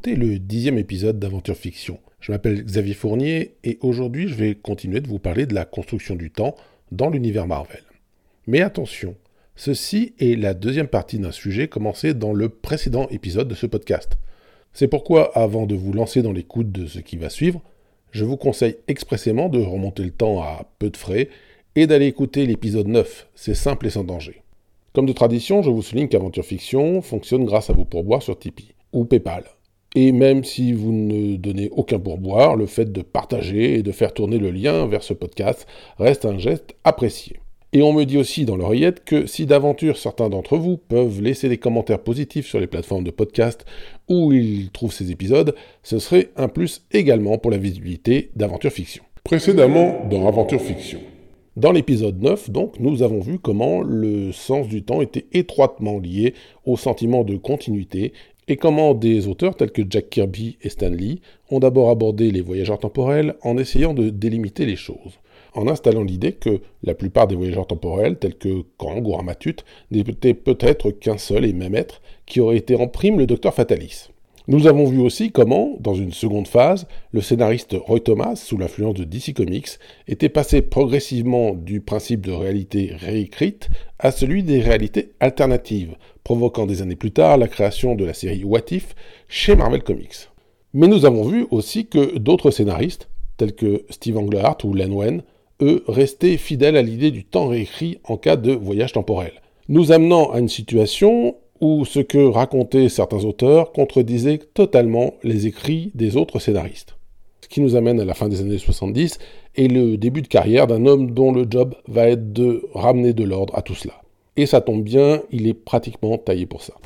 écoutez le 10e épisode d'Aventure Fiction. Je m'appelle Xavier Fournier et aujourd'hui je vais continuer de vous parler de la construction du temps dans l'univers Marvel. Mais attention, ceci est la deuxième partie d'un sujet commencé dans le précédent épisode de ce podcast. C'est pourquoi, avant de vous lancer dans l'écoute de ce qui va suivre, je vous conseille expressément de remonter le temps à peu de frais et d'aller écouter l'épisode 9, c'est simple et sans danger. Comme de tradition, je vous souligne qu'Aventure Fiction fonctionne grâce à vos pourboires sur Tipeee ou Paypal. Et même si vous ne donnez aucun pourboire, le fait de partager et de faire tourner le lien vers ce podcast reste un geste apprécié. Et on me dit aussi dans l'oreillette que si d'aventure certains d'entre vous peuvent laisser des commentaires positifs sur les plateformes de podcast où ils trouvent ces épisodes, ce serait un plus également pour la visibilité d'Aventure Fiction. Précédemment dans Aventure Fiction. Dans l'épisode 9, donc, nous avons vu comment le sens du temps était étroitement lié au sentiment de continuité et comment des auteurs tels que Jack Kirby et Stan Lee ont d'abord abordé les voyageurs temporels en essayant de délimiter les choses, en installant l'idée que la plupart des voyageurs temporels, tels que Kang ou Ramatut, n'étaient peut-être qu'un seul et même être qui aurait été en prime le Docteur Fatalis. Nous avons vu aussi comment, dans une seconde phase, le scénariste Roy Thomas, sous l'influence de DC Comics, était passé progressivement du principe de réalité réécrite à celui des réalités alternatives, provoquant des années plus tard la création de la série What If chez Marvel Comics. Mais nous avons vu aussi que d'autres scénaristes, tels que Steve Englehart ou Len Wein, eux, restaient fidèles à l'idée du temps réécrit en cas de voyage temporel, nous amenant à une situation où ce que racontaient certains auteurs contredisait totalement les écrits des autres scénaristes. Ce qui nous amène à la fin des années 70 et le début de carrière d'un homme dont le job va être de ramener de l'ordre à tout cela. Et ça tombe bien, il est pratiquement taillé pour ça.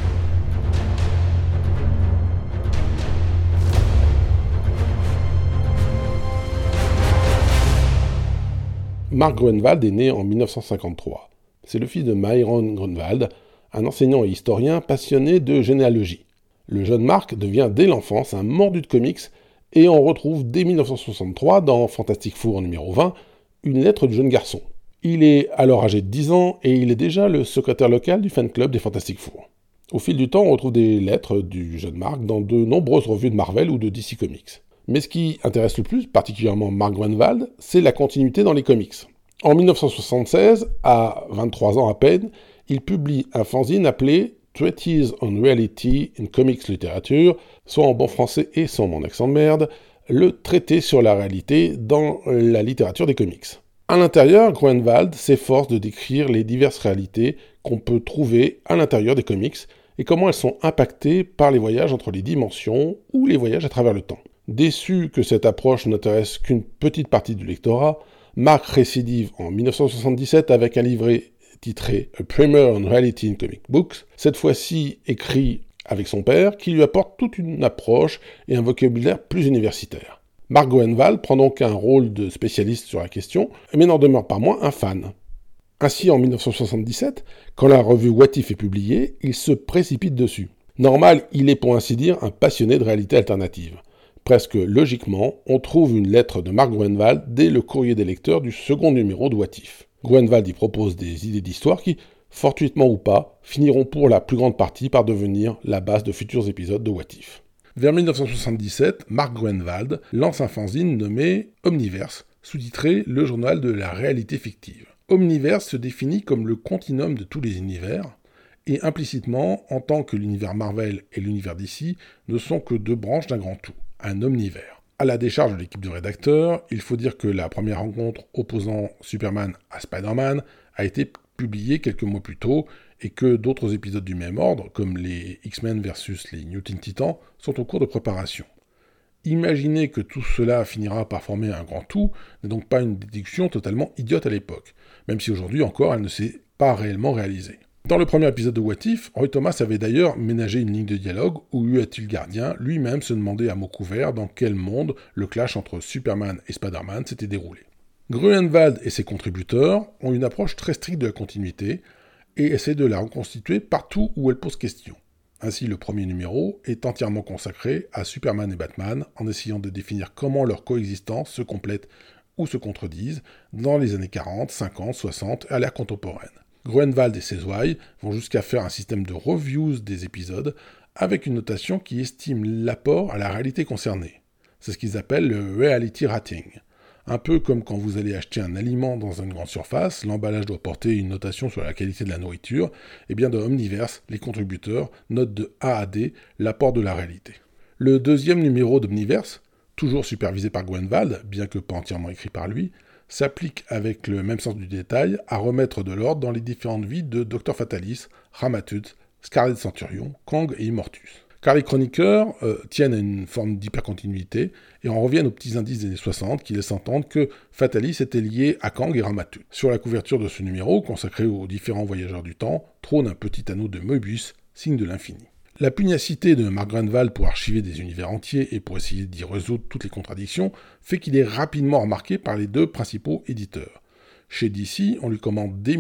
Mark Gruenwald est né en 1953. C'est le fils de Myron Grunwald, un enseignant et historien passionné de généalogie. Le jeune Mark devient dès l'enfance un mordu de comics et on retrouve dès 1963 dans Fantastic Four numéro 20 une lettre du jeune garçon. Il est alors âgé de 10 ans et il est déjà le secrétaire local du fan club des Fantastic Four. Au fil du temps, on retrouve des lettres du jeune Mark dans de nombreuses revues de Marvel ou de DC Comics. Mais ce qui intéresse le plus, particulièrement Mark Gruenwald, c'est la continuité dans les comics. En 1976, à 23 ans à peine, il publie un fanzine appelé Treatise on Reality in Comics Literature, soit en bon français et sans mon accent de merde, le traité sur la réalité dans la littérature des comics. À l'intérieur, Gruenwald s'efforce de décrire les diverses réalités qu'on peut trouver à l'intérieur des comics et comment elles sont impactées par les voyages entre les dimensions ou les voyages à travers le temps. Déçu que cette approche n'intéresse qu'une petite partie du lectorat, Mark récidive en 1977 avec un livret titré A Primer on Reality in Comic Books, cette fois-ci écrit avec son père, qui lui apporte toute une approche et un vocabulaire plus universitaire. Mark Gruenwald prend donc un rôle de spécialiste sur la question, mais n'en demeure pas moins un fan. Ainsi, en 1977, quand la revue What If est publiée, il se précipite dessus. Normal, il est pour ainsi dire un passionné de réalité alternative. Presque logiquement, on trouve une lettre de Mark Gruenwald dès le courrier des lecteurs du second numéro de What If. Gruenwald y propose des idées d'histoire qui, fortuitement ou pas, finiront pour la plus grande partie par devenir la base de futurs épisodes de What If. Vers 1977, Mark Gruenwald lance un fanzine nommé Omniverse, sous-titré Le journal de la réalité fictive. Omniverse se définit comme le continuum de tous les univers, et implicitement entend que l'univers Marvel et l'univers DC ne sont que deux branches d'un grand tout, un omnivers. À la décharge de l'équipe de rédacteurs, il faut dire que la première rencontre opposant Superman à Spider-Man a été publiée quelques mois plus tôt et que d'autres épisodes du même ordre, comme les X-Men versus les New Teen Titans, sont au cours de préparation. Imaginer que tout cela finira par former un grand tout n'est donc pas une déduction totalement idiote à l'époque, même si aujourd'hui encore elle ne s'est pas réellement réalisée. Dans le premier épisode de What If, Roy Thomas avait d'ailleurs ménagé une ligne de dialogue où Ul Gardien lui-même se demandait à mots couverts dans quel monde le clash entre Superman et Spider-Man s'était déroulé. Gruenwald et ses contributeurs ont une approche très stricte de la continuité et essaient de la reconstituer partout où elle pose question. Ainsi, le premier numéro est entièrement consacré à Superman et Batman en essayant de définir comment leur coexistence se complète ou se contredisent dans les années 40, 50, 60 à l'ère contemporaine. Gruenwald et ses ouailles vont jusqu'à faire un système de reviews des épisodes avec une notation qui estime l'apport à la réalité concernée. C'est ce qu'ils appellent le reality rating. Un peu comme quand vous allez acheter un aliment dans une grande surface, l'emballage doit porter une notation sur la qualité de la nourriture, et bien dans Omniverse, les contributeurs notent de A à D l'apport de la réalité. Le deuxième numéro d'Omniverse, toujours supervisé par Groenwald, bien que pas entièrement écrit par lui, s'applique avec le même sens du détail à remettre de l'ordre dans les différentes vies de Dr Fatalis, Ramatut, Scarlet Centurion, Kang et Immortus. Car les chroniqueurs tiennent à une forme d'hypercontinuité et en reviennent aux petits indices des années 60 qui laissent entendre que Fatalis était lié à Kang et Ramatut. Sur la couverture de ce numéro, consacré aux différents voyageurs du temps, trône un petit anneau de Möbius, signe de l'infini. La pugnacité de Mark Groenwald pour archiver des univers entiers et pour essayer d'y résoudre toutes les contradictions fait qu'il est rapidement remarqué par les deux principaux éditeurs. Chez DC, on lui commande dès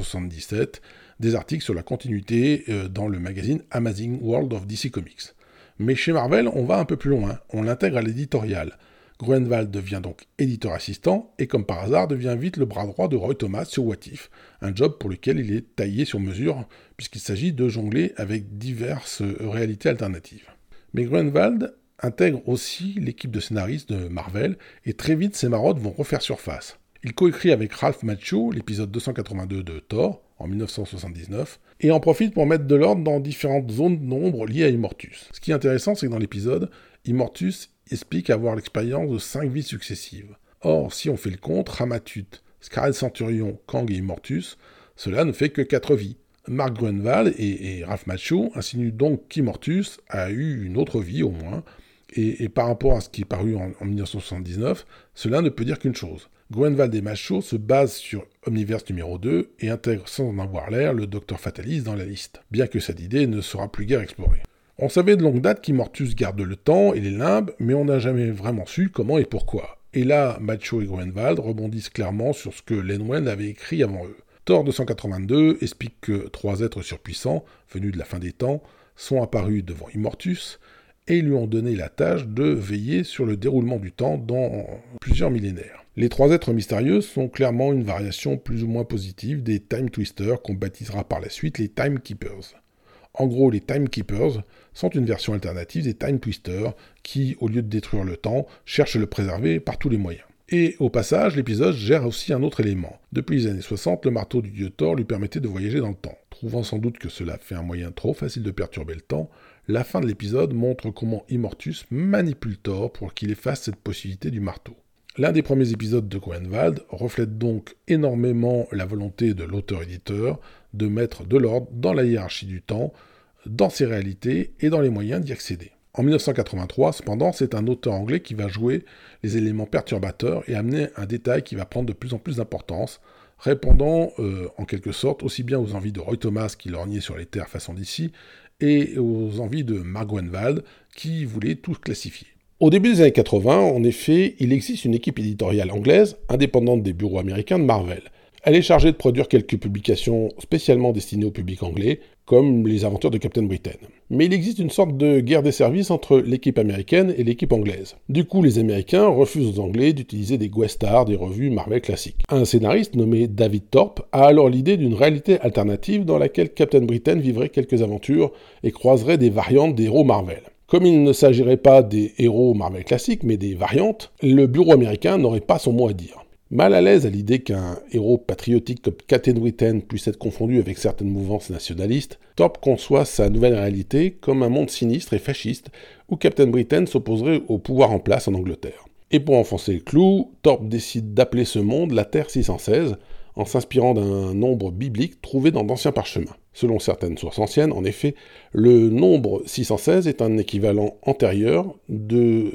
1977 des articles sur la continuité dans le magazine Amazing World of DC Comics. Mais chez Marvel, on va un peu plus loin, on l'intègre à l'éditorial. Groenwald devient donc éditeur assistant et comme par hasard devient vite le bras droit de Roy Thomas sur What If, un job pour lequel il est taillé sur mesure puisqu'il s'agit de jongler avec diverses réalités alternatives. Mais Groenwald intègre aussi l'équipe de scénaristes de Marvel et très vite ses maraudes vont refaire surface. Il coécrit avec Ralph Macchio l'épisode 282 de Thor, en 1979, et en profite pour mettre de l'ordre dans différentes zones d'ombre liées à Immortus. Ce qui est intéressant, c'est que dans l'épisode, Immortus explique avoir l'expérience de 5 vies successives. Or, si on fait le compte, Ramatut, Scarlet Centurion, Kang et Immortus, cela ne fait que 4 vies. Mark Groenwald et Ralph Macchio insinuent donc qu'Immortus a eu une autre vie au moins, et par rapport à ce qui est paru en 1979, cela ne peut dire qu'une chose. Groenwald et Macchio se basent sur Omniverse numéro 2 et intègrent sans en avoir l'air le Dr Fatalis dans la liste, bien que cette idée ne sera plus guère explorée. On savait de longue date qu'Immortus garde le temps et les limbes, mais on n'a jamais vraiment su comment et pourquoi. Et là, Macchio et Groenwald rebondissent clairement sur ce que Len Wein avait écrit avant eux. Thor 282 explique que 3 êtres surpuissants, venus de la fin des temps, sont apparus devant Immortus, et lui ont donné la tâche de veiller sur le déroulement du temps dans plusieurs millénaires. Les 3 êtres mystérieux sont clairement une variation plus ou moins positive des Time Twisters qu'on baptisera par la suite les Time Keepers. En gros, les Time Keepers sont une version alternative des Time Twisters qui, au lieu de détruire le temps, cherchent à le préserver par tous les moyens. Et au passage, l'épisode gère aussi un autre élément. Depuis les années 60, le marteau du dieu Thor lui permettait de voyager dans le temps. Trouvant sans doute que cela fait un moyen trop facile de perturber le temps, la fin de l'épisode montre comment Immortus manipule Thor pour qu'il efface cette possibilité du marteau. L'un des premiers épisodes de Groenwald reflète donc énormément la volonté de l'auteur-éditeur de mettre de l'ordre dans la hiérarchie du temps, dans ses réalités et dans les moyens d'y accéder. En 1983, cependant, c'est un auteur anglais qui va jouer les éléments perturbateurs et amener un détail qui va prendre de plus en plus d'importance, répondant en quelque sorte aussi bien aux envies de Roy Thomas qui lorgnait sur les terres façon d'ici, et aux envies de Mark Groenwald qui voulait tout classifier. Au début des années 80, en effet, il existe une équipe éditoriale anglaise, indépendante des bureaux américains de Marvel. Elle est chargée de produire quelques publications spécialement destinées au public anglais, comme les aventures de Captain Britain. Mais il existe une sorte de guerre des services entre l'équipe américaine et l'équipe anglaise. Du coup, les Américains refusent aux Anglais d'utiliser des guest stars des revues Marvel classiques. Un scénariste nommé David Thorpe a alors l'idée d'une réalité alternative dans laquelle Captain Britain vivrait quelques aventures et croiserait des variantes des héros Marvel. Comme il ne s'agirait pas des héros Marvel classiques, mais des variantes, le bureau américain n'aurait pas son mot à dire. Mal à l'aise à l'idée qu'un héros patriotique comme Captain Britain puisse être confondu avec certaines mouvances nationalistes, Thorpe conçoit sa nouvelle réalité comme un monde sinistre et fasciste où Captain Britain s'opposerait au pouvoir en place en Angleterre. Et pour enfoncer le clou, Thorpe décide d'appeler ce monde la Terre 616, en s'inspirant d'un nombre biblique trouvé dans d'anciens parchemins. Selon certaines sources anciennes, en effet, le nombre 616 est un équivalent antérieur de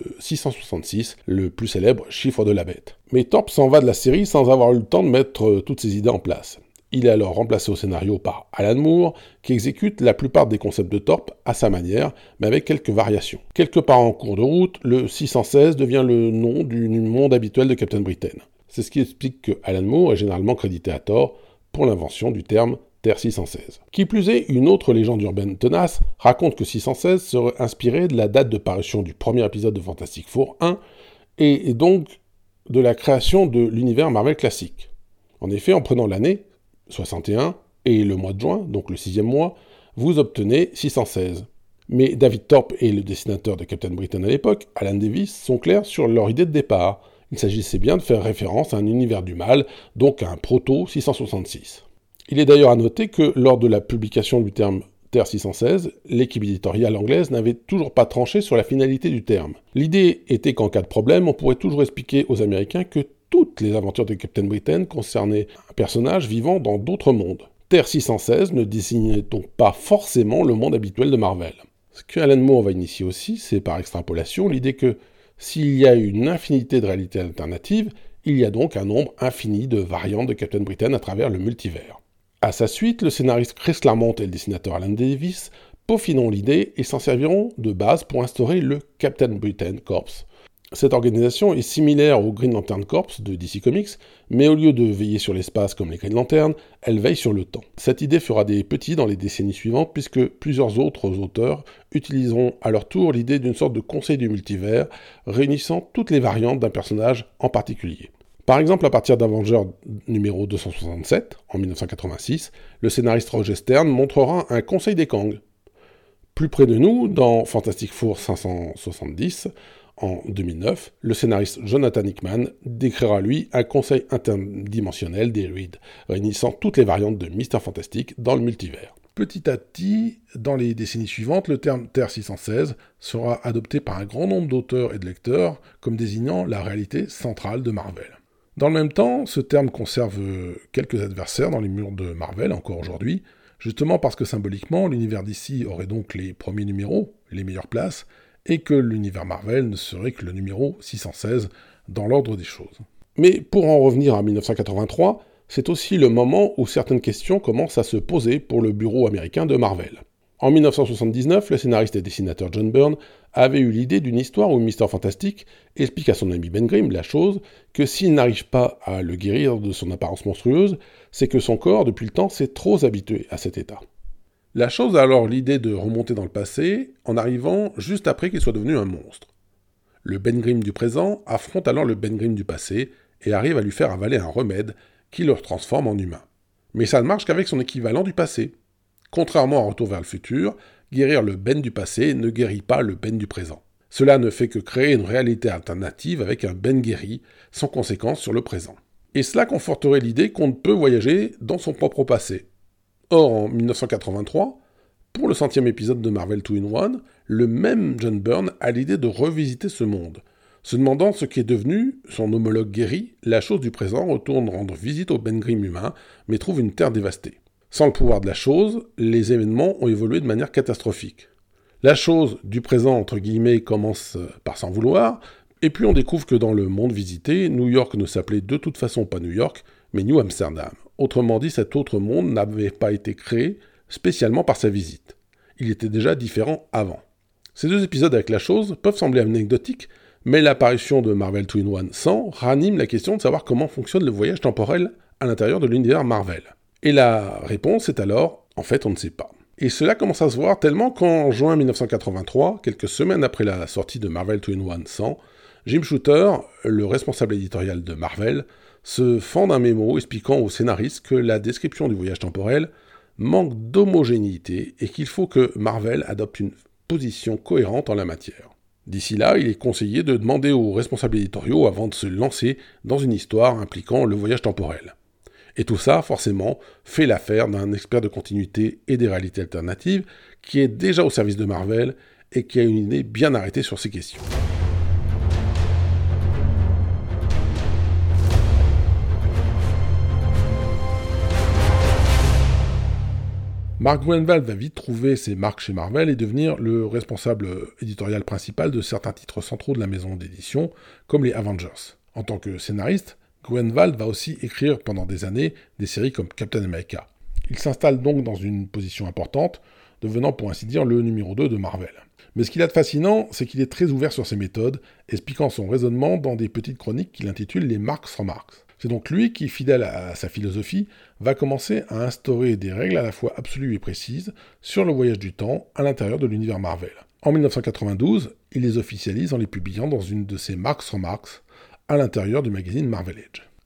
666, le plus célèbre chiffre de la bête. Mais Thorpe s'en va de la série sans avoir eu le temps de mettre toutes ses idées en place. Il est alors remplacé au scénario par Alan Moore, qui exécute la plupart des concepts de Thorpe à sa manière, mais avec quelques variations. Quelque part en cours de route, le 616 devient le nom du monde habituel de Captain Britain. C'est ce qui explique que Alan Moore est généralement crédité à tort pour l'invention du terme Terre 616. Qui plus est, une autre légende urbaine tenace raconte que 616 serait inspiré de la date de parution du premier épisode de Fantastic Four 1 et donc de la création de l'univers Marvel classique. En effet, en prenant l'année 61 et le mois de juin, donc le 6e mois, vous obtenez 616. Mais David Thorpe et le dessinateur de Captain Britain à l'époque, Alan Davis, sont clairs sur leur idée de départ. Il s'agissait bien de faire référence à un univers du mal, donc à un proto-666. Il est d'ailleurs à noter que lors de la publication du terme Terre 616, l'équipe éditoriale anglaise n'avait toujours pas tranché sur la finalité du terme. L'idée était qu'en cas de problème, on pourrait toujours expliquer aux Américains que toutes les aventures de Captain Britain concernaient un personnage vivant dans d'autres mondes. Terre 616 ne désignait donc pas forcément le monde habituel de Marvel. Ce que Alan Moore va initier aussi, c'est par extrapolation l'idée que s'il y a une infinité de réalités alternatives, il y a donc un nombre infini de variantes de Captain Britain à travers le multivers. À sa suite, le scénariste Chris Claremont et le dessinateur Alan Davis peaufineront l'idée et s'en serviront de base pour instaurer le Captain Britain Corps. Cette organisation est similaire au Green Lantern Corps de DC Comics, mais au lieu de veiller sur l'espace comme les Green Lantern, elle veille sur le temps. Cette idée fera des petits dans les décennies suivantes puisque plusieurs autres auteurs utiliseront à leur tour l'idée d'une sorte de conseil du multivers réunissant toutes les variantes d'un personnage en particulier. Par exemple, à partir d'Avengers numéro 267, en 1986, le scénariste Roger Stern montrera un conseil des Kang. Plus près de nous, dans Fantastic Four 570, en 2009, le scénariste Jonathan Hickman décrira lui un conseil interdimensionnel des Reed, réunissant toutes les variantes de Mister Fantastic dans le multivers. Petit à petit, dans les décennies suivantes, le terme Terre 616 sera adopté par un grand nombre d'auteurs et de lecteurs comme désignant la réalité centrale de Marvel. Dans le même temps, ce terme conserve quelques adversaires dans les murs de Marvel encore aujourd'hui, justement parce que symboliquement, l'univers d'ici aurait donc les premiers numéros, les meilleures places, et que l'univers Marvel ne serait que le numéro 616 dans l'ordre des choses. Mais pour en revenir à 1983, c'est aussi le moment où certaines questions commencent à se poser pour le bureau américain de Marvel. En 1979, le scénariste et dessinateur John Byrne avait eu l'idée d'une histoire où Mister Fantastic explique à son ami Ben Grimm la chose que s'il n'arrive pas à le guérir de son apparence monstrueuse, c'est que son corps, depuis le temps, s'est trop habitué à cet état. La chose a alors l'idée de remonter dans le passé en arrivant juste après qu'il soit devenu un monstre. Le Ben Grimm du présent affronte alors le Ben Grimm du passé et arrive à lui faire avaler un remède qui le transforme en humain. Mais ça ne marche qu'avec son équivalent du passé. Contrairement à Retour vers le futur, guérir le Ben du passé ne guérit pas le Ben du présent. Cela ne fait que créer une réalité alternative avec un Ben guéri, sans conséquence sur le présent. Et cela conforterait l'idée qu'on ne peut voyager dans son propre passé. Or, en 1983, pour le 100e épisode de Marvel 2-in-1, le même John Byrne a l'idée de revisiter ce monde. Se demandant ce qu'est devenu son homologue guéri, la chose du présent retourne rendre visite au Ben Grimm humain, mais trouve une terre dévastée. Sans le pouvoir de la chose, les événements ont évolué de manière catastrophique. La chose du présent, entre guillemets, commence par s'en vouloir, et puis on découvre que dans le monde visité, New York ne s'appelait de toute façon pas New York, mais New Amsterdam. Autrement dit, cet autre monde n'avait pas été créé spécialement par sa visite. Il était déjà différent avant. Ces deux épisodes avec la chose peuvent sembler anecdotiques, mais l'apparition de Marvel 2-in-1 100 ranime la question de savoir comment fonctionne le voyage temporel à l'intérieur de l'univers Marvel. Et la réponse est alors, en fait, on ne sait pas. Et cela commence à se voir tellement qu'en juin 1983, quelques semaines après la sortie de Marvel 2-in-1 100, Jim Shooter, le responsable éditorial de Marvel, se fend d'un mémo expliquant aux scénaristes que la description du voyage temporel manque d'homogénéité et qu'il faut que Marvel adopte une position cohérente en la matière. D'ici là, il est conseillé de demander aux responsables éditoriaux avant de se lancer dans une histoire impliquant le voyage temporel. Et tout ça, forcément, fait l'affaire d'un expert de continuité et des réalités alternatives qui est déjà au service de Marvel et qui a une idée bien arrêtée sur ces questions. Mark Gruenwald va vite trouver ses marques chez Marvel et devenir le responsable éditorial principal de certains titres centraux de la maison d'édition, comme les Avengers. En tant que scénariste, Gruenwald va aussi écrire pendant des années des séries comme Captain America. Il s'installe donc dans une position importante, devenant pour ainsi dire le numéro 2 de Marvel. Mais ce qu'il a de fascinant, c'est qu'il est très ouvert sur ses méthodes, expliquant son raisonnement dans des petites chroniques qu'il intitule les Marx Remarks. C'est donc lui qui, fidèle à sa philosophie, va commencer à instaurer des règles à la fois absolues et précises sur le voyage du temps à l'intérieur de l'univers Marvel. En 1992, il les officialise en les publiant dans une de ses Marx Remarks à l'intérieur du magazine Marvel Age.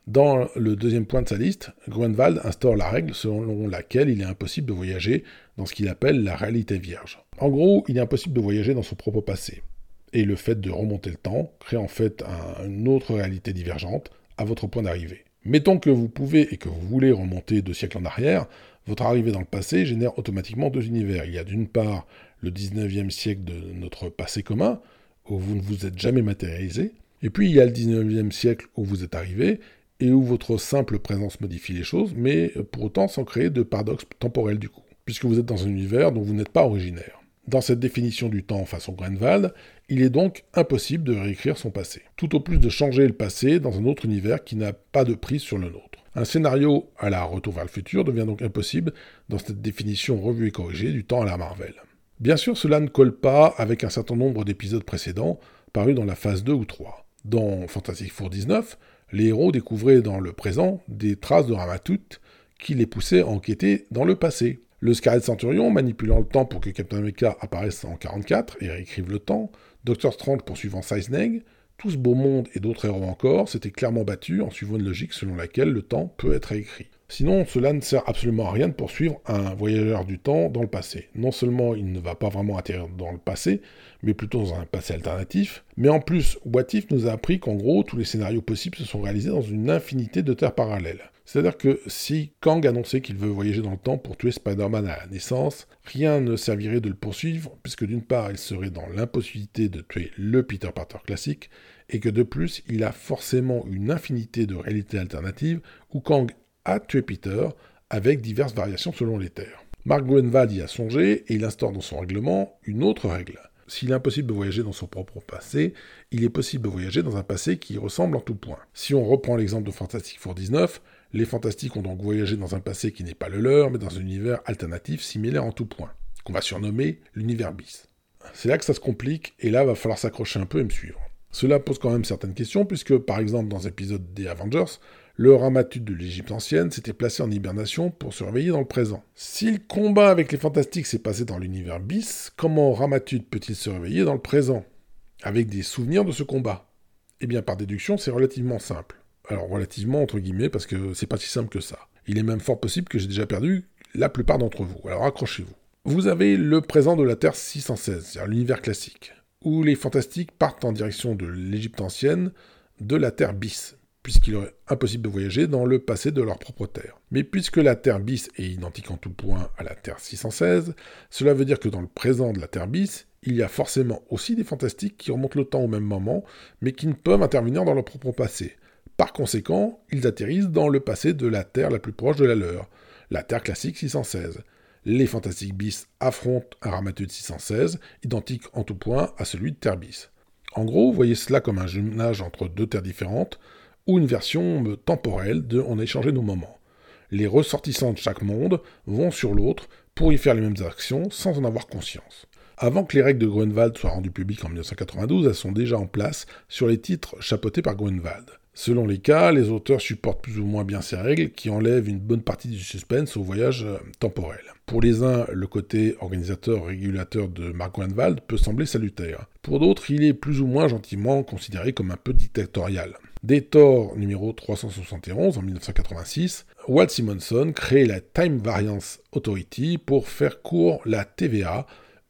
Dans le deuxième point de sa liste, Grunwald instaure la règle selon laquelle il est impossible de voyager dans ce qu'il appelle la réalité vierge. En gros, il est impossible de voyager dans son propre passé. Et le fait de remonter le temps crée en fait une autre réalité divergente à votre point d'arrivée. Mettons que vous pouvez et que vous voulez remonter 2 siècles en arrière, votre arrivée dans le passé génère automatiquement 2 univers. Il y a d'une part le 19e siècle de notre passé commun, où vous ne vous êtes jamais matérialisé, et puis il y a le 19e siècle où vous êtes arrivé, et où votre simple présence modifie les choses, mais pour autant sans créer de paradoxe temporel du coup, puisque vous êtes dans un univers dont vous n'êtes pas originaire. Dans cette définition du temps façon Grunwald, il est donc impossible de réécrire son passé. Tout au plus de changer le passé dans un autre univers qui n'a pas de prise sur le nôtre. Un scénario à la Retour vers le futur devient donc impossible dans cette définition revue et corrigée du temps à la Marvel. Bien sûr, cela ne colle pas avec un certain nombre d'épisodes précédents, parus dans la phase 2 ou 3. Dans Fantastic Four 19, les héros découvraient dans le présent des traces de Ramatut qui les poussaient à enquêter dans le passé. Le Scarlet Centurion manipulant le temps pour que Captain America apparaisse en 44 et réécrive le temps, Doctor Strange poursuivant Seisneg, tout ce beau monde et d'autres héros encore s'étaient clairement battus en suivant une logique selon laquelle le temps peut être réécrit. Sinon, cela ne sert absolument à rien de poursuivre un voyageur du temps dans le passé. Non seulement il ne va pas vraiment atterrir dans le passé, mais plutôt dans un passé alternatif, mais en plus, What If nous a appris qu'en gros, tous les scénarios possibles se sont réalisés dans une infinité de terres parallèles. C'est-à-dire que si Kang annonçait qu'il veut voyager dans le temps pour tuer Spider-Man à la naissance, rien ne servirait de le poursuivre, puisque d'une part, il serait dans l'impossibilité de tuer le Peter Parker classique, et que de plus, il a forcément une infinité de réalités alternatives où Kang a tué Peter, avec diverses variations selon les terres. Mark Gruenwald y a songé, et il instaure dans son règlement une autre règle. S'il est impossible de voyager dans son propre passé, il est possible de voyager dans un passé qui y ressemble en tout point. Si on reprend l'exemple de Fantastic Four 19, les Fantastiques ont donc voyagé dans un passé qui n'est pas le leur, mais dans un univers alternatif similaire en tout point, qu'on va surnommer l'univers bis. C'est là que ça se complique, et là, va falloir s'accrocher un peu et me suivre. Cela pose quand même certaines questions, puisque, par exemple, dans l'épisode des Avengers, le Ramatut de l'Égypte ancienne s'était placé en hibernation pour se réveiller dans le présent. Si le combat avec les Fantastiques s'est passé dans l'univers bis, comment Ramatut peut-il se réveiller dans le présent, avec des souvenirs de ce combat? Eh bien, par déduction, c'est relativement simple. Alors, relativement, entre guillemets, parce que c'est pas si simple que ça. Il est même fort possible que j'ai déjà perdu la plupart d'entre vous, alors accrochez-vous. Vous avez le présent de la Terre 616, c'est-à-dire l'univers classique, où les Fantastiques partent en direction de l'Égypte ancienne, de la Terre bis, puisqu'il est impossible de voyager dans le passé de leur propre Terre. Mais puisque la Terre bis est identique en tout point à la Terre 616, cela veut dire que dans le présent de la Terre bis, il y a forcément aussi des Fantastiques qui remontent le temps au même moment, mais qui ne peuvent intervenir dans leur propre passé. Par conséquent, ils atterrissent dans le passé de la Terre la plus proche de la leur, la Terre classique 616. Les Fantastiques bis affrontent un Ramatut 616, identique en tout point à celui de Terre bis. En gros, voyez cela comme un jumelage entre deux terres différentes, ou une version temporelle de « on a échangé nos moments ». Les ressortissants de chaque monde vont sur l'autre pour y faire les mêmes actions sans en avoir conscience. Avant que les règles de Grunwald soient rendues publiques en 1992, elles sont déjà en place sur les titres chapeautés par Grunwald. Selon les cas, les auteurs supportent plus ou moins bien ces règles qui enlèvent une bonne partie du suspense au voyage temporel. Pour les uns, le côté organisateur-régulateur de Mark Grunwald peut sembler salutaire. Pour d'autres, il est plus ou moins gentiment considéré comme un peu dictatorial. Dès Thor numéro 371 en 1986, Walt Simonson crée la Time Variance Authority pour faire court la TVA,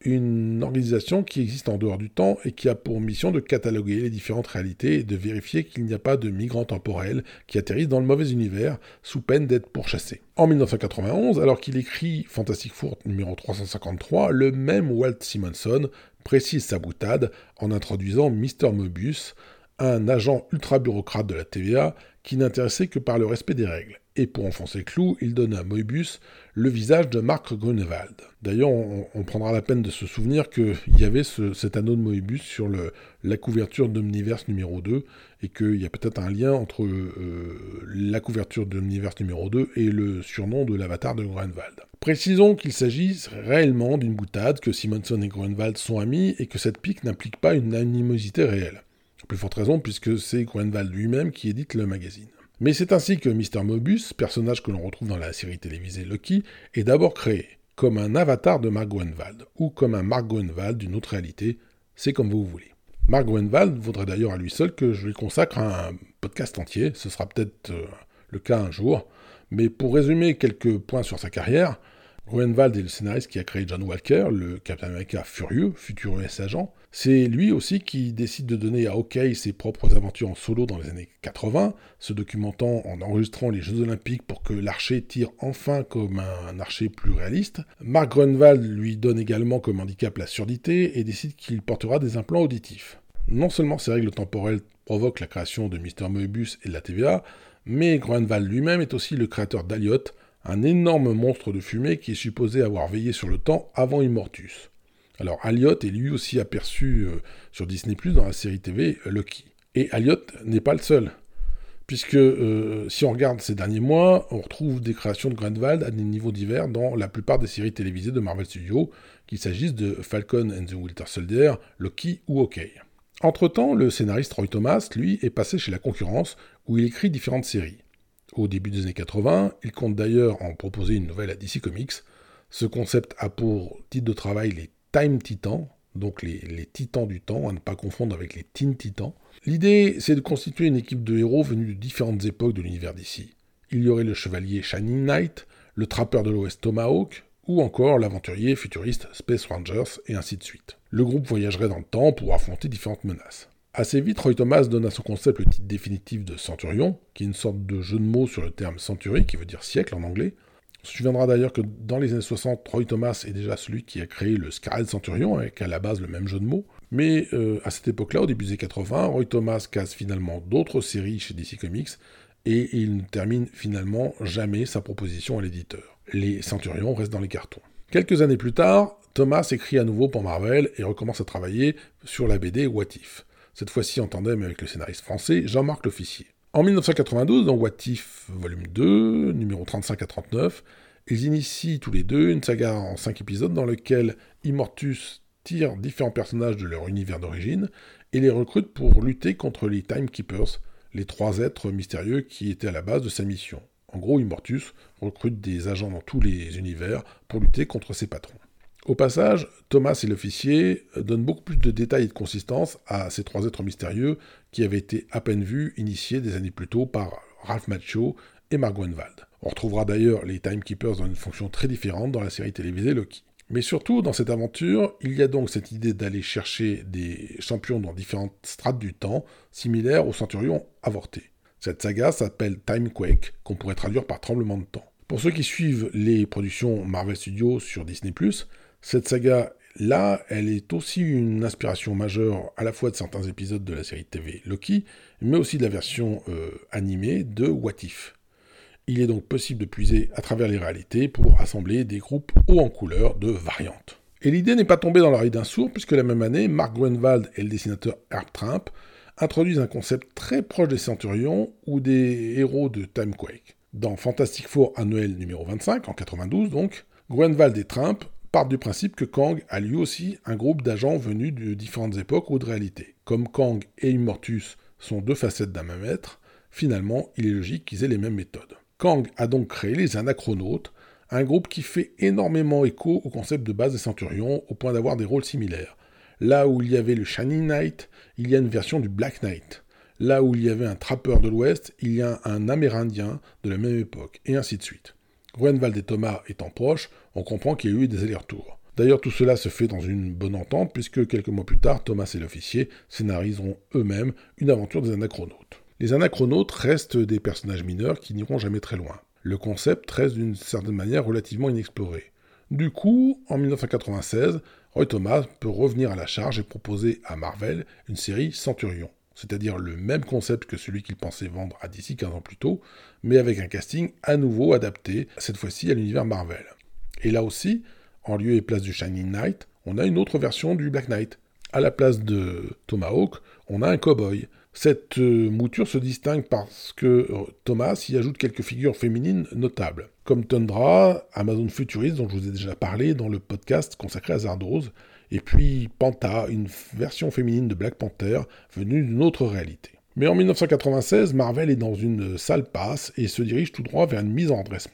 une organisation qui existe en dehors du temps et qui a pour mission de cataloguer les différentes réalités et de vérifier qu'il n'y a pas de migrants temporels qui atterrissent dans le mauvais univers sous peine d'être pourchassés. En 1991, alors qu'il écrit Fantastic Four numéro 353, le même Walt Simonson précise sa boutade en introduisant Mr. Mobius, un agent ultra-bureaucrate de la TVA qui n'intéressait que par le respect des règles. Et pour enfoncer le clou, il donne à Moebius le visage de Mark Grunwald. D'ailleurs, on prendra la peine de se souvenir qu'il y avait cet anneau de Moebius sur la couverture d'Omniverse numéro 2, et qu'il y a peut-être un lien entre la couverture d'Omniverse numéro 2 et le surnom de l'avatar de Grunwald. Précisons qu'il s'agit réellement d'une boutade, que Simonson et Grunwald sont amis, et que cette pique n'implique pas une animosité réelle. Plus forte raison, puisque c'est Grunwald lui-même qui édite le magazine. Mais c'est ainsi que Mr. Mobius, personnage que l'on retrouve dans la série télévisée Lucky, est d'abord créé, comme un avatar de Mark Grunwald, ou comme un Mark Grunwald d'une autre réalité, c'est comme vous voulez. Mark Gruenwald vaudrait d'ailleurs à lui seul que je lui consacre un podcast entier, ce sera peut-être le cas un jour, mais pour résumer quelques points sur sa carrière, Gruenwald est le scénariste qui a créé John Walker, le Captain America furieux, futur US agent. C'est lui aussi qui décide de donner à Hawkeye ses propres aventures en solo dans les années 80, se documentant en enregistrant les Jeux Olympiques pour que l'archer tire enfin comme un archer plus réaliste. Mark Gruenwald lui donne également comme handicap la surdité et décide qu'il portera des implants auditifs. Non seulement ces règles temporelles provoquent la création de Mr. Moebius et de la TVA, mais Gruenwald lui-même est aussi le créateur d'Aliot, un énorme monstre de fumée qui est supposé avoir veillé sur le temps avant Immortus. Alors Aliot est lui aussi aperçu sur Disney+, dans la série TV Lucky. Et Aliot n'est pas le seul, puisque si on regarde ces derniers mois, on retrouve des créations de Gruenwald à des niveaux divers dans la plupart des séries télévisées de Marvel Studios, qu'il s'agisse de Falcon and the Winter Soldier, Loki ou Hawkeye. Entre-temps, le scénariste Roy Thomas, lui, est passé chez la concurrence, où il écrit différentes séries. Au début des années 80, il compte d'ailleurs en proposer une nouvelle à DC Comics. Ce concept a pour titre de travail les Time Titans, donc les titans du temps, à ne pas confondre avec les Teen Titans. L'idée, c'est de constituer une équipe de héros venus de différentes époques de l'univers DC. Il y aurait le chevalier Shining Knight, le trappeur de l'Ouest Tomahawk, ou encore l'aventurier futuriste Space Rangers, et ainsi de suite. Le groupe voyagerait dans le temps pour affronter différentes menaces. Assez vite, Roy Thomas donne à son concept le titre définitif de Centurion, qui est une sorte de jeu de mots sur le terme century, qui veut dire siècle en anglais. On se souviendra d'ailleurs que dans les années 60, Roy Thomas est déjà celui qui a créé le Scarlet Centurion, avec à la base le même jeu de mots. Mais à cette époque-là, au début des années 80, Roy Thomas casse finalement d'autres séries chez DC Comics, et il ne termine finalement jamais sa proposition à l'éditeur. Les Centurions restent dans les cartons. Quelques années plus tard, Thomas écrit à nouveau pour Marvel et recommence à travailler sur la BD What If. Cette fois-ci en tandem avec le scénariste français Jean-Marc L'Officier. En 1992, dans What If volume 2, numéro 35 à 39, ils initient tous les deux une saga en 5 épisodes dans lequel Immortus tire différents personnages de leur univers d'origine et les recrute pour lutter contre les Timekeepers, les 3 êtres mystérieux qui étaient à la base de sa mission. En gros, Immortus recrute des agents dans tous les univers pour lutter contre ses patrons. Au passage, Thomas et l'officier donnent beaucoup plus de détails et de consistance à ces 3 êtres mystérieux qui avaient été à peine vus, initiés des années plus tôt par Ralph Macchio et Mark Gruenwald. On retrouvera d'ailleurs les Timekeepers dans une fonction très différente dans la série télévisée Loki. Mais surtout, dans cette aventure, il y a donc cette idée d'aller chercher des champions dans différentes strates du temps, similaires aux Centurions avortés. Cette saga s'appelle Timequake, qu'on pourrait traduire par tremblement de temps. Pour ceux qui suivent les productions Marvel Studios sur Disney+, cette saga-là, elle est aussi une inspiration majeure à la fois de certains épisodes de la série TV Loki, mais aussi de la version animée de What If. Il est donc possible de puiser à travers les réalités pour assembler des groupes hauts en couleur de variantes. Et l'idée n'est pas tombée dans l'oreille d'un sourd, puisque la même année, Mark Gruenwald et le dessinateur Herb Trimpe introduisent un concept très proche des Centurions ou des héros de Timequake. Dans Fantastic Four annuel numéro 25, en 92 donc, Gruenwald et Trimpe partent du principe que Kang a lui aussi un groupe d'agents venus de différentes époques ou de réalités. Comme Kang et Immortus sont 2 facettes d'un même être, finalement, il est logique qu'ils aient les mêmes méthodes. Kang a donc créé les Anachronautes, un groupe qui fait énormément écho au concept de base des Centurions, au point d'avoir des rôles similaires. Là où il y avait le Shining Knight, il y a une version du Black Knight. Là où il y avait un trappeur de l'Ouest, il y a un Amérindien de la même époque, et ainsi de suite. Gruenwald et Thomas étant proches, on comprend qu'il y a eu des allers-retours. D'ailleurs, tout cela se fait dans une bonne entente, puisque quelques mois plus tard, Thomas et l'officier scénariseront eux-mêmes une aventure des Anachronautes. Les Anachronautes restent des personnages mineurs qui n'iront jamais très loin. Le concept reste d'une certaine manière relativement inexploré. Du coup, en 1996, Roy Thomas peut revenir à la charge et proposer à Marvel une série Centurion, c'est-à-dire le même concept que celui qu'il pensait vendre à DC 15 ans plus tôt, mais avec un casting à nouveau adapté, cette fois-ci à l'univers Marvel. Et là aussi, en lieu et place du Shining Knight, on a une autre version du Black Knight. À la place de Tomahawk, on a un cow-boy. Cette mouture se distingue parce que Thomas y ajoute quelques figures féminines notables, comme Tundra, Amazon Futurist, dont je vous ai déjà parlé dans le podcast consacré à Zardoz, et puis Pantha, une version féminine de Black Panther venue d'une autre réalité. Mais en 1996, Marvel est dans une sale passe et se dirige tout droit vers une mise en redressement.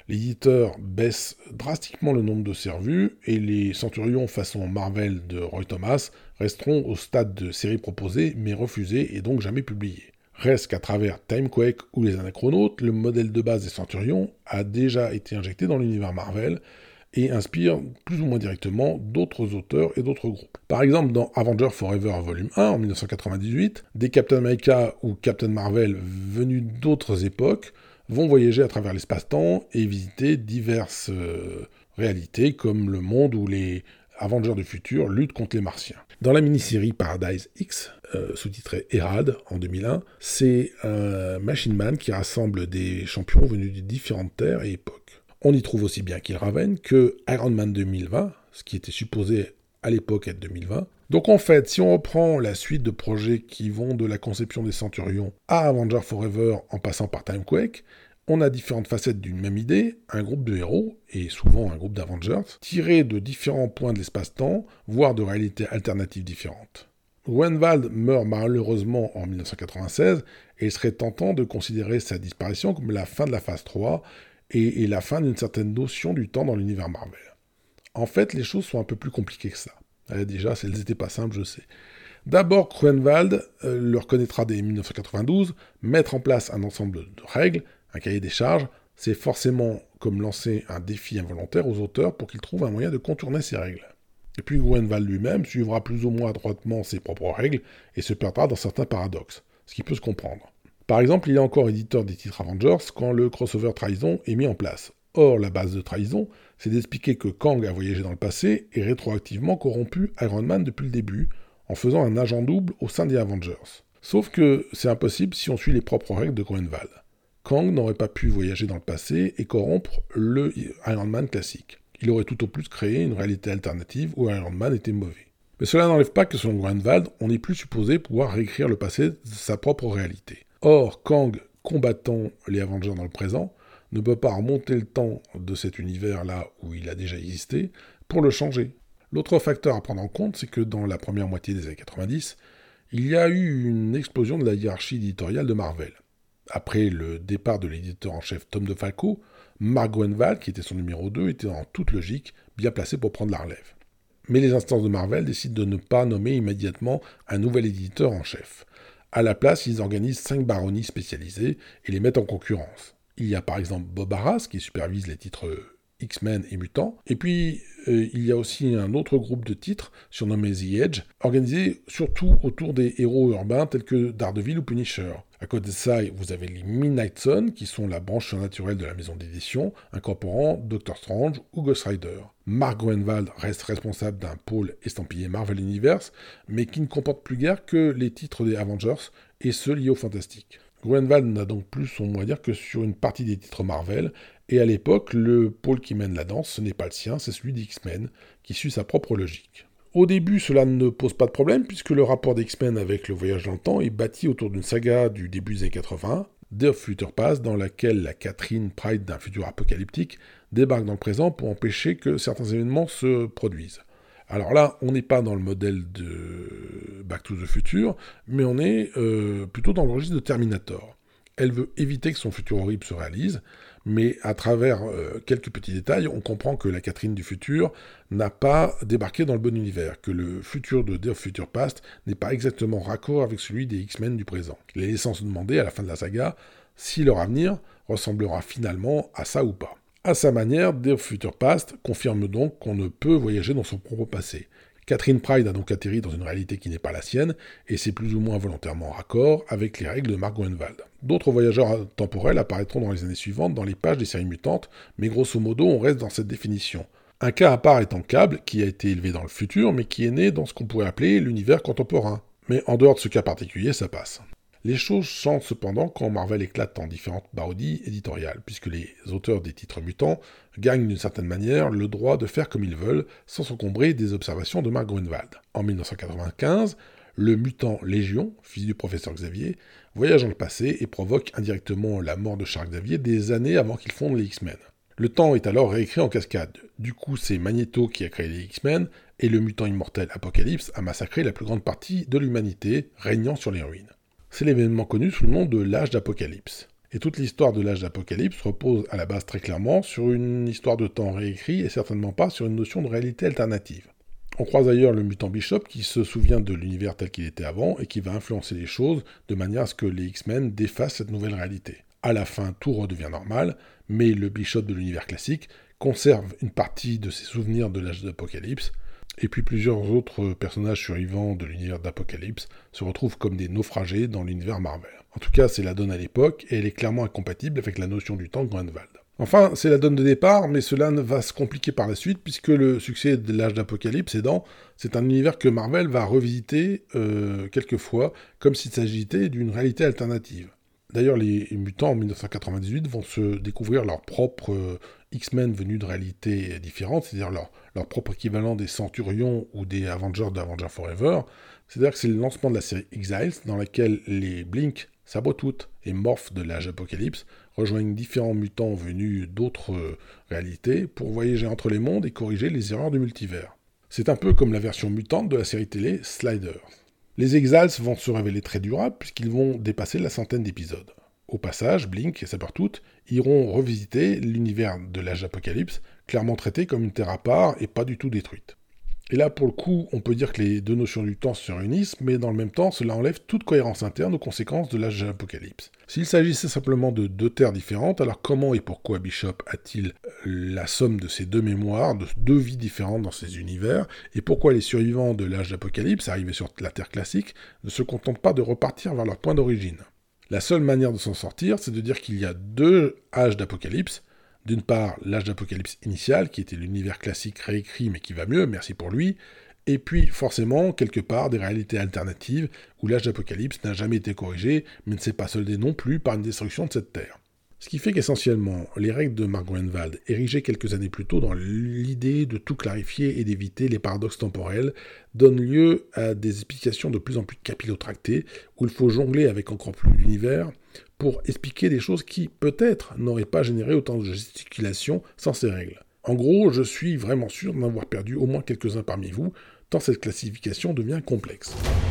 L'éditeur baisse drastiquement le nombre de ses revues et les Centurions façon Marvel de Roy Thomas resteront au stade de série proposée mais refusée et donc jamais publiée. Reste qu'à travers Timequake ou les Anachronautes, le modèle de base des Centurions a déjà été injecté dans l'univers Marvel et inspire plus ou moins directement d'autres auteurs et d'autres groupes. Par exemple, dans Avengers Forever Volume 1 en 1998, des Captain America ou Captain Marvel venus d'autres époques vont voyager à travers l'espace-temps et visiter diverses réalités comme le monde où les Avengers du futur luttent contre les Martiens. Dans la mini-série Paradise X, sous-titrée Herald en 2001, c'est un Machine Man qui rassemble des champions venus de différentes terres et époques. On y trouve aussi bien Kyle Raven que Iron Man 2020, ce qui était supposé à l'époque être 2020. Donc en fait, si on reprend la suite de projets qui vont de la conception des Centurions à Avengers Forever en passant par Timequake, on a différentes facettes d'une même idée, un groupe de héros, et souvent un groupe d'Avengers, tirés de différents points de l'espace-temps, voire de réalités alternatives différentes. Grunwald meurt malheureusement en 1996, et il serait tentant de considérer sa disparition comme la fin de la phase 3, et la fin d'une certaine notion du temps dans l'univers Marvel. En fait, les choses sont un peu plus compliquées que ça. Déjà, elles n'étaient pas simples, je sais. D'abord, Grunwald le reconnaîtra dès 1992, mettre en place un ensemble de règles, un cahier des charges, c'est forcément comme lancer un défi involontaire aux auteurs pour qu'ils trouvent un moyen de contourner ces règles. Et puis Grunwald lui-même suivra plus ou moins adroitement ses propres règles et se perdra dans certains paradoxes, ce qui peut se comprendre. Par exemple, il est encore éditeur des titres Avengers quand le crossover Trahison est mis en place. Or, la base de Trahison, c'est d'expliquer que Kang a voyagé dans le passé et rétroactivement corrompu Iron Man depuis le début, en faisant un agent double au sein des Avengers. Sauf que c'est impossible si on suit les propres règles de Grunwald. Kang n'aurait pas pu voyager dans le passé et corrompre le Iron Man classique. Il aurait tout au plus créé une réalité alternative où Iron Man était mauvais. Mais cela n'enlève pas que selon Grunwald, on n'est plus supposé pouvoir réécrire le passé de sa propre réalité. Or, Kang, combattant les Avengers dans le présent, ne peut pas remonter le temps de cet univers-là où il a déjà existé pour le changer. L'autre facteur à prendre en compte, c'est que dans la première moitié des années 90, il y a eu une explosion de la hiérarchie éditoriale de Marvel. Après le départ de l'éditeur en chef Tom DeFalco, Mark Gruenwald, qui était son numéro 2, était en toute logique bien placé pour prendre la relève. Mais les instances de Marvel décident de ne pas nommer immédiatement un nouvel éditeur en chef. À la place, ils organisent 5 baronnies spécialisées et les mettent en concurrence. Il y a par exemple Bob Arras qui supervise les titres X-Men et Mutants, et puis il y a aussi un autre groupe de titres surnommé The Edge, organisé surtout autour des héros urbains tels que Daredevil ou Punisher. À côté de ça, vous avez les Midnight Sun, qui sont la branche surnaturelle de la maison d'édition, incorporant Doctor Strange ou Ghost Rider. Mark Gruenwald reste responsable d'un pôle estampillé Marvel Universe, mais qui ne comporte plus guère que les titres des Avengers et ceux liés au Fantastique. Gruenwald n'a donc plus son mot à dire que sur une partie des titres Marvel, et à l'époque, le pôle qui mène la danse, ce n'est pas le sien, c'est celui d'X-Men, qui suit sa propre logique. Au début, cela ne pose pas de problème, puisque le rapport d'X-Men avec le voyage dans le temps est bâti autour d'une saga du début des années 80, Day of Future Past, dans laquelle la Catherine Pride d'un futur apocalyptique débarque dans le présent pour empêcher que certains événements se produisent. Alors là, on n'est pas dans le modèle de Back to the Future, mais on est plutôt dans le registre de Terminator. Elle veut éviter que son futur horrible se réalise, mais à travers quelques petits détails, on comprend que la Catherine du futur n'a pas débarqué dans le bon univers, que le futur de Day of Future Past n'est pas exactement raccord avec celui des X-Men du présent. Les laissant se demander à la fin de la saga si leur avenir ressemblera finalement à ça ou pas. À sa manière, Day of Future Past confirme donc qu'on ne peut voyager dans son propre passé. Catherine Pride a donc atterri dans une réalité qui n'est pas la sienne, et c'est plus ou moins volontairement raccord avec les règles de Mark Gruenwald. D'autres voyageurs temporels apparaîtront dans les années suivantes dans les pages des séries mutantes, mais grosso modo on reste dans cette définition. Un cas à part étant Cable, qui a été élevé dans le futur, mais qui est né dans ce qu'on pourrait appeler l'univers contemporain. Mais en dehors de ce cas particulier, ça passe. Les choses changent cependant quand Marvel éclate en différentes parodies éditoriales, puisque les auteurs des titres mutants gagnent d'une certaine manière le droit de faire comme ils veulent, sans s'encombrer des observations de Mark Gruenwald. En 1995, le mutant Légion, fils du professeur Xavier, voyage dans le passé et provoque indirectement la mort de Charles Xavier des années avant qu'il fonde les X-Men. Le temps est alors réécrit en cascade. Du coup, c'est Magneto qui a créé les X-Men, et le mutant immortel Apocalypse a massacré la plus grande partie de l'humanité, régnant sur les ruines. C'est l'événement connu sous le nom de l'âge d'Apocalypse. Et toute l'histoire de l'âge d'Apocalypse repose à la base très clairement sur une histoire de temps réécrit et certainement pas sur une notion de réalité alternative. On croise d'ailleurs le mutant Bishop qui se souvient de l'univers tel qu'il était avant et qui va influencer les choses de manière à ce que les X-Men défassent cette nouvelle réalité. À la fin, tout redevient normal, mais le Bishop de l'univers classique conserve une partie de ses souvenirs de l'âge d'Apocalypse, et puis plusieurs autres personnages survivants de l'univers d'Apocalypse se retrouvent comme des naufragés dans l'univers Marvel. En tout cas, c'est la donne à l'époque, et elle est clairement incompatible avec la notion du temps de Grunwald. Enfin, c'est la donne de départ, mais cela va se compliquer par la suite, puisque le succès de l'âge d'Apocalypse aidant, c'est un univers que Marvel va revisiter quelques fois, comme s'il s'agissait d'une réalité alternative. D'ailleurs, les mutants en 1998 vont se découvrir leur propre X-Men venus de réalités différentes, c'est-à-dire leur propre équivalent des Centurions ou des Avengers d'Avengers Forever. C'est-à-dire que c'est le lancement de la série Exiles, dans laquelle les Blink, Sabretooth et Morph de l'âge d'Apocalypse rejoignent différents mutants venus d'autres réalités pour voyager entre les mondes et corriger les erreurs du multivers. C'est un peu comme la version mutante de la série télé Sliders. Les Exiles vont se révéler très durables puisqu'ils vont dépasser la centaine d'épisodes. Au passage, Blink et Sabretooth iront revisiter l'univers de l'âge d'Apocalypse, clairement traité comme une terre à part et pas du tout détruite. Et là, pour le coup, on peut dire que les deux notions du temps se réunissent, mais dans le même temps, cela enlève toute cohérence interne aux conséquences de l'âge d'Apocalypse. S'il s'agissait simplement de deux terres différentes, alors comment et pourquoi Bishop a-t-il la somme de ces deux mémoires, de deux vies différentes dans ces univers, et pourquoi les survivants de l'âge d'Apocalypse, arrivés sur la Terre classique, ne se contentent pas de repartir vers leur point d'origine? La seule manière de s'en sortir, c'est de dire qu'il y a deux âges d'Apocalypse. D'une part, l'âge d'Apocalypse initial, qui était l'univers classique réécrit, mais qui va mieux, merci pour lui, et puis forcément, quelque part, des réalités alternatives, où l'âge d'Apocalypse n'a jamais été corrigé, mais ne s'est pas soldé non plus par une destruction de cette terre. Ce qui fait qu'essentiellement, les règles de Mark Gruenwald, érigées quelques années plus tôt dans l'idée de tout clarifier et d'éviter les paradoxes temporels, donnent lieu à des explications de plus en plus capillotractées, où il faut jongler avec encore plus d'univers, pour expliquer des choses qui, peut-être, n'auraient pas généré autant de gesticulation sans ces règles. En gros, je suis vraiment sûr d'en avoir perdu au moins quelques-uns parmi vous, tant cette classification devient complexe.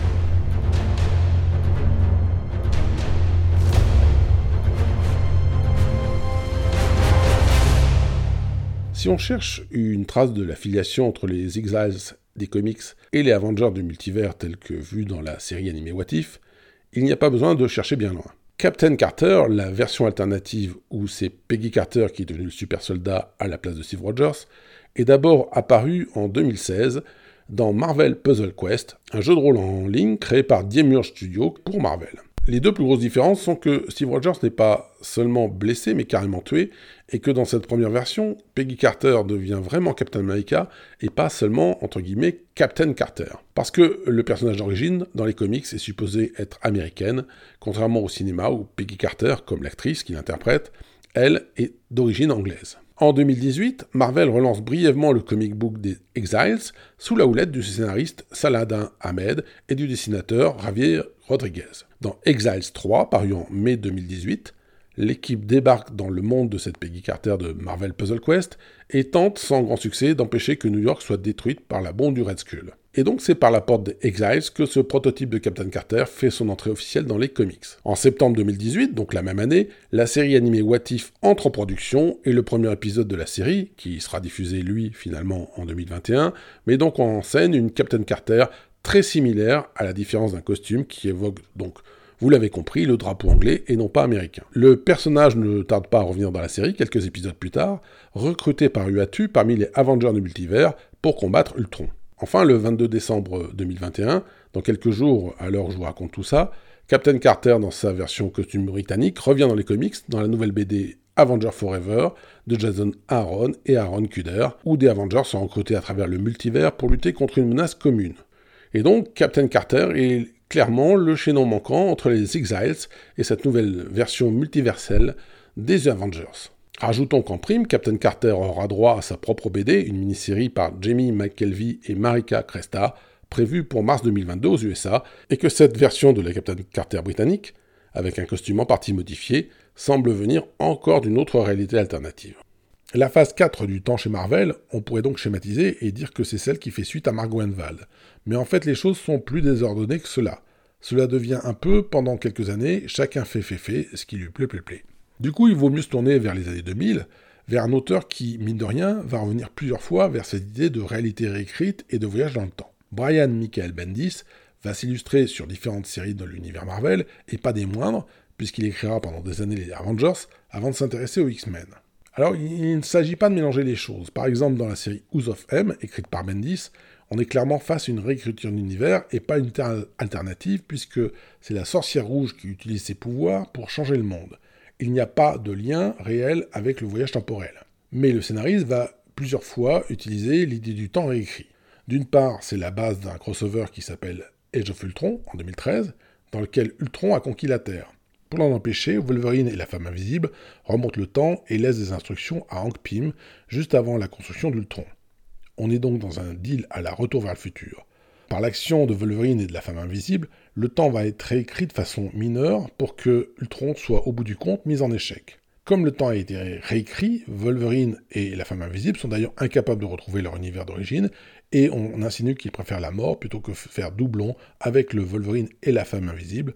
Si on cherche une trace de la filiation entre les Exiles des comics et les Avengers du multivers tels que vus dans la série animée What If, il n'y a pas besoin de chercher bien loin. Captain Carter, la version alternative où c'est Peggy Carter qui est devenu le super soldat à la place de Steve Rogers, est d'abord apparu en 2016 dans Marvel Puzzle Quest, un jeu de rôle en ligne créé par Demiurge Studio pour Marvel. Les deux plus grosses différences sont que Steve Rogers n'est pas seulement blessé, mais carrément tué, et que dans cette première version, Peggy Carter devient vraiment Captain America, et pas seulement, entre guillemets, Captain Carter. Parce que le personnage d'origine, dans les comics, est supposé être américaine, contrairement au cinéma où Peggy Carter, comme l'actrice qui l'interprète, elle, est d'origine anglaise. En 2018, Marvel relance brièvement le comic book des Exiles sous la houlette du scénariste Saladin Ahmed et du dessinateur Javier Rodriguez. Dans Exiles 3, paru en mai 2018, l'équipe débarque dans le monde de cette Peggy Carter de Marvel Puzzle Quest et tente sans grand succès d'empêcher que New York soit détruite par la bombe du Red Skull. Et donc c'est par la porte des Exiles que ce prototype de Captain Carter fait son entrée officielle dans les comics. En septembre 2018, donc la même année, la série animée What If entre en production et le premier épisode de la série, qui sera diffusé lui finalement en 2021, met donc en scène une Captain Carter très similaire à la différence d'un costume qui évoque donc, vous l'avez compris, le drapeau anglais et non pas américain. Le personnage ne tarde pas à revenir dans la série quelques épisodes plus tard, recruté par Uatu parmi les Avengers du multivers pour combattre Ultron. Enfin, le 22 décembre 2021, dans quelques jours à l'heure où je vous raconte tout ça, Captain Carter, dans sa version costume britannique, revient dans les comics dans la nouvelle BD Avengers Forever de Jason Aaron et Aaron Kuder, où des Avengers sont recrutés à travers le multivers pour lutter contre une menace commune. Et donc, Captain Carter est clairement le chaînon manquant entre les Exiles et cette nouvelle version multiverselle des Avengers. Rajoutons qu'en prime, Captain Carter aura droit à sa propre BD, une mini-série par Jamie McKelvey et Marika Cresta, prévue pour mars 2022 aux USA, et que cette version de la Captain Carter britannique, avec un costume en partie modifié, semble venir encore d'une autre réalité alternative. La phase 4 du temps chez Marvel, on pourrait donc schématiser et dire que c'est celle qui fait suite à Mark Gruenwald. Mais en fait, les choses sont plus désordonnées que cela. Cela devient un peu, pendant quelques années, chacun fait, ce qui lui plaît. Du coup, il vaut mieux se tourner vers les années 2000, vers un auteur qui, mine de rien, va revenir plusieurs fois vers cette idée de réalité réécrite et de voyage dans le temps. Brian Michael Bendis va s'illustrer sur différentes séries de l'univers Marvel, et pas des moindres, puisqu'il écrira pendant des années les Avengers, avant de s'intéresser aux X-Men. Alors, il ne s'agit pas de mélanger les choses. Par exemple, dans la série House of M, écrite par Bendis, on est clairement face à une réécriture de l'univers et pas une terre alternative, puisque c'est la sorcière rouge qui utilise ses pouvoirs pour changer le monde. Il n'y a pas de lien réel avec le voyage temporel. Mais le scénariste va plusieurs fois utiliser l'idée du temps réécrit. D'une part, c'est la base d'un crossover qui s'appelle Age of Ultron, en 2013, dans lequel Ultron a conquis la Terre. Pour l'en empêcher, Wolverine et la Femme Invisible remontent le temps et laissent des instructions à Hank Pym, juste avant la construction d'Ultron. On est donc dans un deal à la Retour vers le futur. Par l'action de Wolverine et de la Femme Invisible, le temps va être réécrit de façon mineure pour que Ultron soit au bout du compte mis en échec. Comme le temps a été réécrit, Wolverine et la Femme Invisible sont d'ailleurs incapables de retrouver leur univers d'origine, et on insinue qu'ils préfèrent la mort plutôt que faire doublon avec le Wolverine et la Femme Invisible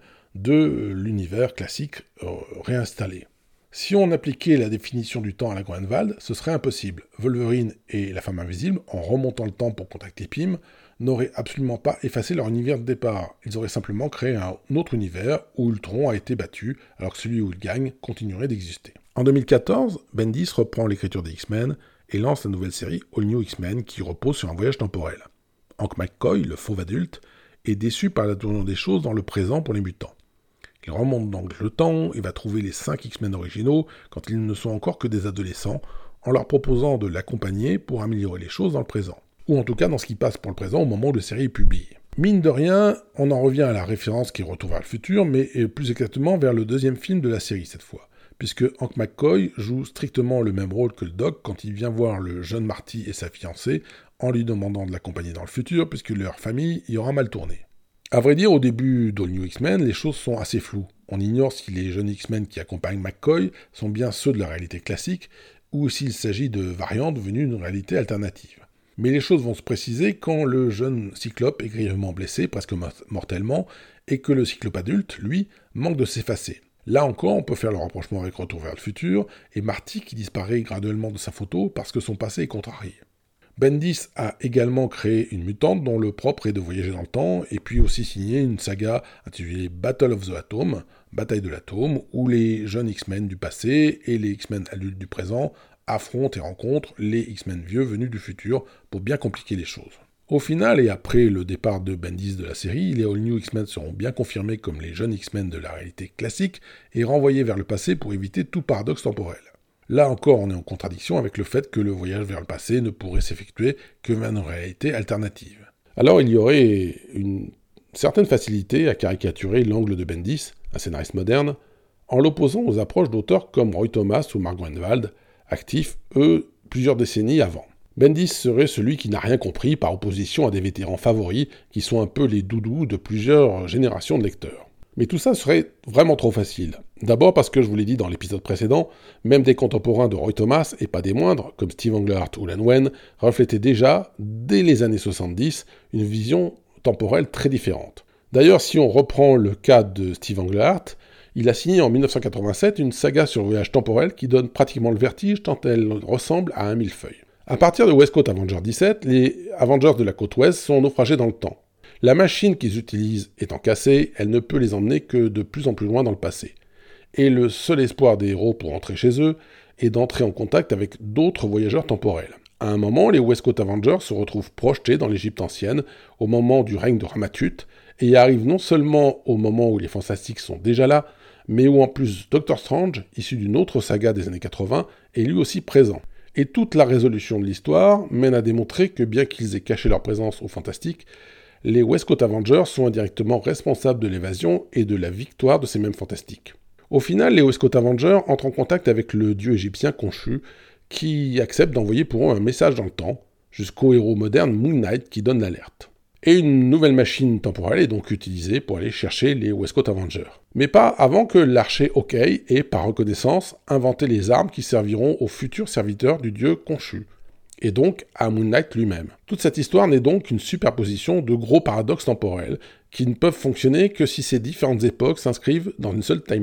de l'univers classique réinstallé. Si on appliquait la définition du temps à la Groenwald, ce serait impossible. Wolverine et la Femme Invisible, en remontant le temps pour contacter Pym, n'auraient absolument pas effacé leur univers de départ. Ils auraient simplement créé un autre univers où Ultron a été battu, alors que celui où il gagne continuerait d'exister. En 2014, Bendis reprend l'écriture des X-Men et lance la nouvelle série All New X-Men qui repose sur un voyage temporel. Hank McCoy, le fauve adulte, est déçu par la tournure des choses dans le présent pour les mutants. Il remonte donc le temps et va trouver les 5 X-Men originaux quand ils ne sont encore que des adolescents, en leur proposant de l'accompagner pour améliorer les choses dans le présent. Ou en tout cas dans ce qui passe pour le présent au moment où la série est publiée. Mine de rien, on en revient à la référence qui retourne vers le futur, mais plus exactement vers le deuxième film de la série cette fois, puisque Hank McCoy joue strictement le même rôle que le Doc quand il vient voir le jeune Marty et sa fiancée en lui demandant de l'accompagner dans le futur, puisque leur famille y aura mal tourné. À vrai dire, au début d'All New X-Men, les choses sont assez floues. On ignore si les jeunes X-Men qui accompagnent McCoy sont bien ceux de la réalité classique, ou s'il s'agit de variantes venues d'une réalité alternative. Mais les choses vont se préciser quand le jeune Cyclope est grièvement blessé, presque mortellement, et que le Cyclope adulte, lui, manque de s'effacer. Là encore, on peut faire le rapprochement avec Retour vers le futur, et Marty qui disparaît graduellement de sa photo parce que son passé est contrarié. Bendis a également créé une mutante dont le propre est de voyager dans le temps, et puis aussi signé une saga intitulée Battle of the Atom, Bataille de l'atome, où les jeunes X-Men du passé et les X-Men adultes du présent affrontent et rencontrent les X-Men vieux venus du futur pour bien compliquer les choses. Au final, et après le départ de Bendis de la série, les All New X-Men seront bien confirmés comme les jeunes X-Men de la réalité classique et renvoyés vers le passé pour éviter tout paradoxe temporel. Là encore, on est en contradiction avec le fait que le voyage vers le passé ne pourrait s'effectuer que vers une réalité alternative. Alors il y aurait une certaine facilité à caricaturer l'angle de Bendis, un scénariste moderne, en l'opposant aux approches d'auteurs comme Roy Thomas ou Mark Gruenwald, actifs, eux, plusieurs décennies avant. Bendis serait celui qui n'a rien compris par opposition à des vétérans favoris qui sont un peu les doudous de plusieurs générations de lecteurs. Mais tout ça serait vraiment trop facile. D'abord parce que, je vous l'ai dit dans l'épisode précédent, même des contemporains de Roy Thomas, et pas des moindres, comme Steve Englehart ou Len Wein, reflétaient déjà, dès les années 70, une vision temporelle très différente. D'ailleurs, si on reprend le cas de Steve Englehart, il a signé en 1987 une saga sur le voyage temporel qui donne pratiquement le vertige tant elle ressemble à un millefeuille. À partir de West Coast Avengers 17, les Avengers de la côte ouest sont naufragés dans le temps. La machine qu'ils utilisent étant cassée, elle ne peut les emmener que de plus en plus loin dans le passé. Et le seul espoir des héros pour entrer chez eux est d'entrer en contact avec d'autres voyageurs temporels. À un moment, les West Coast Avengers se retrouvent projetés dans l'Égypte ancienne, au moment du règne de Ramatut, et y arrivent non seulement au moment où les Fantastiques sont déjà là, mais où en plus Doctor Strange, issu d'une autre saga des années 80, est lui aussi présent. Et toute la résolution de l'histoire mène à démontrer que bien qu'ils aient caché leur présence aux Fantastiques, les West Coast Avengers sont indirectement responsables de l'évasion et de la victoire de ces mêmes Fantastiques. Au final, les West Coast Avengers entrent en contact avec le dieu égyptien Khonshu, qui accepte d'envoyer pour eux un message dans le temps, jusqu'au héros moderne Moon Knight qui donne l'alerte. Et une nouvelle machine temporelle est donc utilisée pour aller chercher les West Coast Avengers. Mais pas avant que l'archer Hawkeye ait, par reconnaissance, inventé les armes qui serviront aux futurs serviteurs du dieu Khonshu, et donc à Moon Knight lui-même. Toute cette histoire n'est donc qu'une superposition de gros paradoxes temporels, qui ne peuvent fonctionner que si ces différentes époques s'inscrivent dans une seule timeline.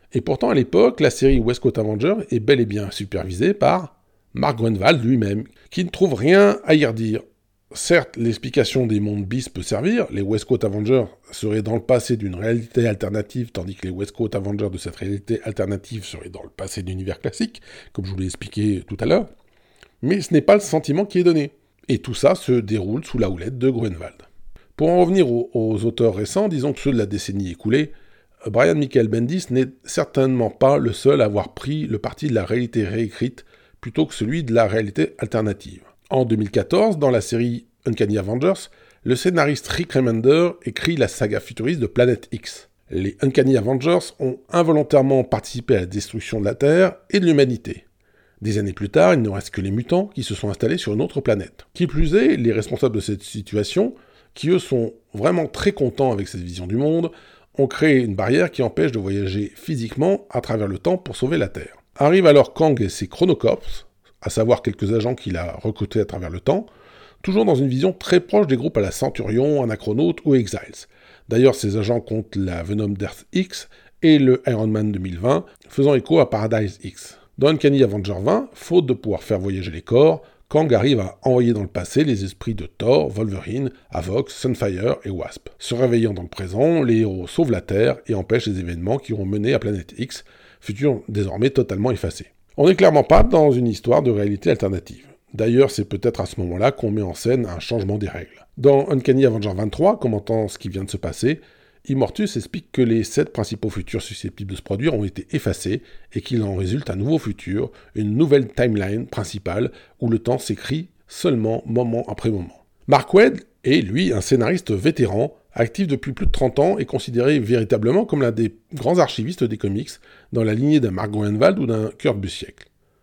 Et pourtant, à l'époque, la série West Coast Avengers est bel et bien supervisée par Mark Gruenwald lui-même, qui ne trouve rien à y redire. Certes, l'explication des mondes bis peut servir, les West Coast Avengers seraient dans le passé d'une réalité alternative, tandis que les West Coast Avengers de cette réalité alternative seraient dans le passé d'univers classique, comme je vous l'ai expliqué tout à l'heure, mais ce n'est pas le sentiment qui est donné. Et tout ça se déroule sous la houlette de Gruenwald. Pour en revenir aux auteurs récents, disons que ceux de la décennie écoulée, Brian Michael Bendis n'est certainement pas le seul à avoir pris le parti de la réalité réécrite plutôt que celui de la réalité alternative. En 2014, dans la série Uncanny Avengers, le scénariste Rick Remender écrit la saga futuriste de Planète X. Les Uncanny Avengers ont involontairement participé à la destruction de la Terre et de l'humanité. Des années plus tard, il ne reste que les mutants qui se sont installés sur une autre planète. Qui plus est, les responsables de cette situation, qui eux sont vraiment très contents avec cette vision du monde, ont créé une barrière qui empêche de voyager physiquement à travers le temps pour sauver la Terre. Arrivent alors Kang et ses Chronocorps, à savoir quelques agents qu'il a recrutés à travers le temps, toujours dans une vision très proche des groupes à la Centurion, Anachronaut ou Exiles. D'ailleurs, ces agents comptent la Venom d'Earth X et le Iron Man 2020, faisant écho à Paradise X. Dans Uncanny Avenger 20, faute de pouvoir faire voyager les corps, Kang arrive à envoyer dans le passé les esprits de Thor, Wolverine, Avox, Sunfire et Wasp. Se réveillant dans le présent, les héros sauvent la Terre et empêchent les événements qui ont mené à Planète X, futur désormais totalement effacé. On n'est clairement pas dans une histoire de réalité alternative. D'ailleurs, c'est peut-être à ce moment-là qu'on met en scène un changement des règles. Dans Uncanny Avenger 23, commentant ce qui vient de se passer, Immortus explique que les 7 principaux futurs susceptibles de se produire ont été effacés et qu'il en résulte un nouveau futur, une nouvelle timeline principale où le temps s'écrit seulement moment après moment. Mark Waid est, lui, un scénariste vétéran, actif depuis plus de 30 ans et considéré véritablement comme l'un des grands archivistes des comics dans la lignée d'un Mark Gruenwald ou d'un Kurt Busiek.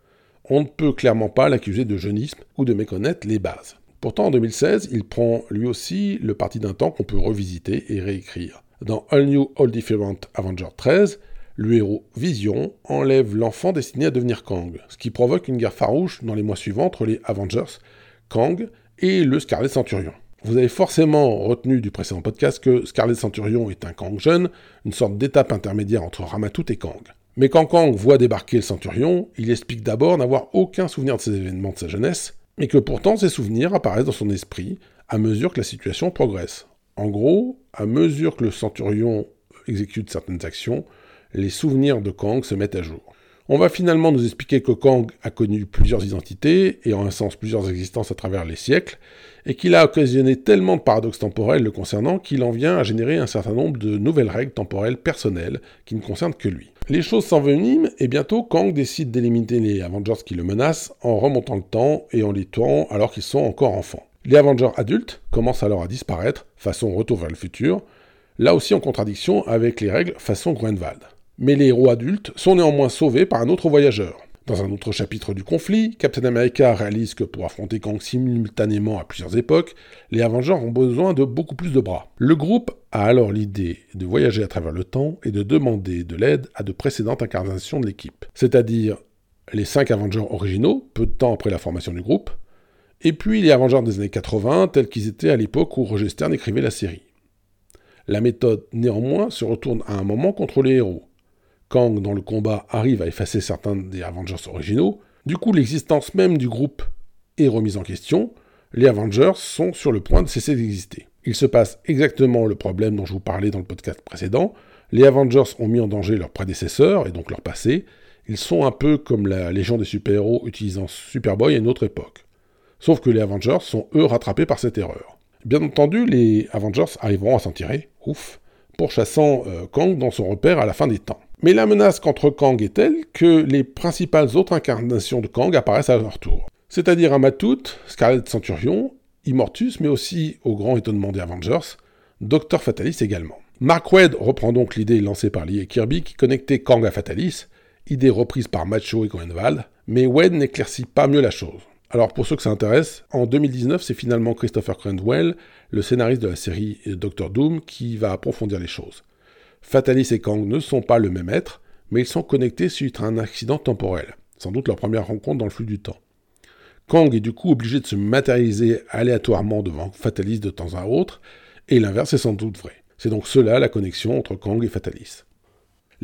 On ne peut clairement pas l'accuser de jeunisme ou de méconnaître les bases. Pourtant, en 2016, il prend lui aussi le parti d'un temps qu'on peut revisiter et réécrire. Dans All New, All Different Avenger 13, le héros Vision enlève l'enfant destiné à devenir Kang, ce qui provoque une guerre farouche dans les mois suivants entre les Avengers, Kang et le Scarlet Centurion. Vous avez forcément retenu du précédent podcast que Scarlet Centurion est un Kang jeune, une sorte d'étape intermédiaire entre Ramatout et Kang. Mais quand Kang voit débarquer le Centurion, il explique d'abord n'avoir aucun souvenir de ces événements de sa jeunesse, mais que pourtant ces souvenirs apparaissent dans son esprit à mesure que la situation progresse. En gros, à mesure que le Centurion exécute certaines actions, les souvenirs de Kang se mettent à jour. On va finalement nous expliquer que Kang a connu plusieurs identités, et en un sens plusieurs existences à travers les siècles, et qu'il a occasionné tellement de paradoxes temporels le concernant qu'il en vient à générer un certain nombre de nouvelles règles temporelles personnelles qui ne concernent que lui. Les choses s'enveniment, et bientôt Kang décide d'éliminer les Avengers qui le menacent en remontant le temps et en les tuant alors qu'ils sont encore enfants. Les Avengers adultes commencent alors à disparaître, façon Retour vers le futur, là aussi en contradiction avec les règles façon Gruenwald. Mais les héros adultes sont néanmoins sauvés par un autre voyageur. Dans un autre chapitre du conflit, Captain America réalise que pour affronter Kang simultanément à plusieurs époques, les Avengers ont besoin de beaucoup plus de bras. Le groupe a alors l'idée de voyager à travers le temps et de demander de l'aide à de précédentes incarnations de l'équipe, c'est-à-dire les 5 Avengers originaux, peu de temps après la formation du groupe, et puis les Avengers des années 80, tels qu'ils étaient à l'époque où Roger Stern écrivait la série. La méthode, néanmoins, se retourne à un moment contre les héros. Kang, dans le combat, arrive à effacer certains des Avengers originaux. Du coup, l'existence même du groupe est remise en question. Les Avengers sont sur le point de cesser d'exister. Il se passe exactement le problème dont je vous parlais dans le podcast précédent. Les Avengers ont mis en danger leurs prédécesseurs, et donc leur passé. Ils sont un peu comme la Légion des super-héros utilisant Superboy à une autre époque. Sauf que les Avengers sont eux rattrapés par cette erreur. Bien entendu, les Avengers arriveront à s'en tirer, pourchassant Kang dans son repère à la fin des temps. Mais la menace contre Kang est telle que les principales autres incarnations de Kang apparaissent à leur tour. C'est-à-dire Ramatout, Scarlet Centurion, Immortus, mais aussi, au grand étonnement des Avengers, Dr. Fatalis également. Mark Waid reprend donc l'idée lancée par Lee et Kirby qui connectait Kang à Fatalis, idée reprise par Macho et Gruenwald, mais Waid n'éclaircit pas mieux la chose. Alors pour ceux que ça intéresse, en 2019, c'est finalement Christopher Cantwell, le scénariste de la série Doctor Doom, qui va approfondir les choses. Fatalis et Kang ne sont pas le même être, mais ils sont connectés suite à un accident temporel, sans doute leur première rencontre dans le flux du temps. Kang est du coup obligé de se matérialiser aléatoirement devant Fatalis de temps à autre, et l'inverse est sans doute vrai. C'est donc cela la connexion entre Kang et Fatalis.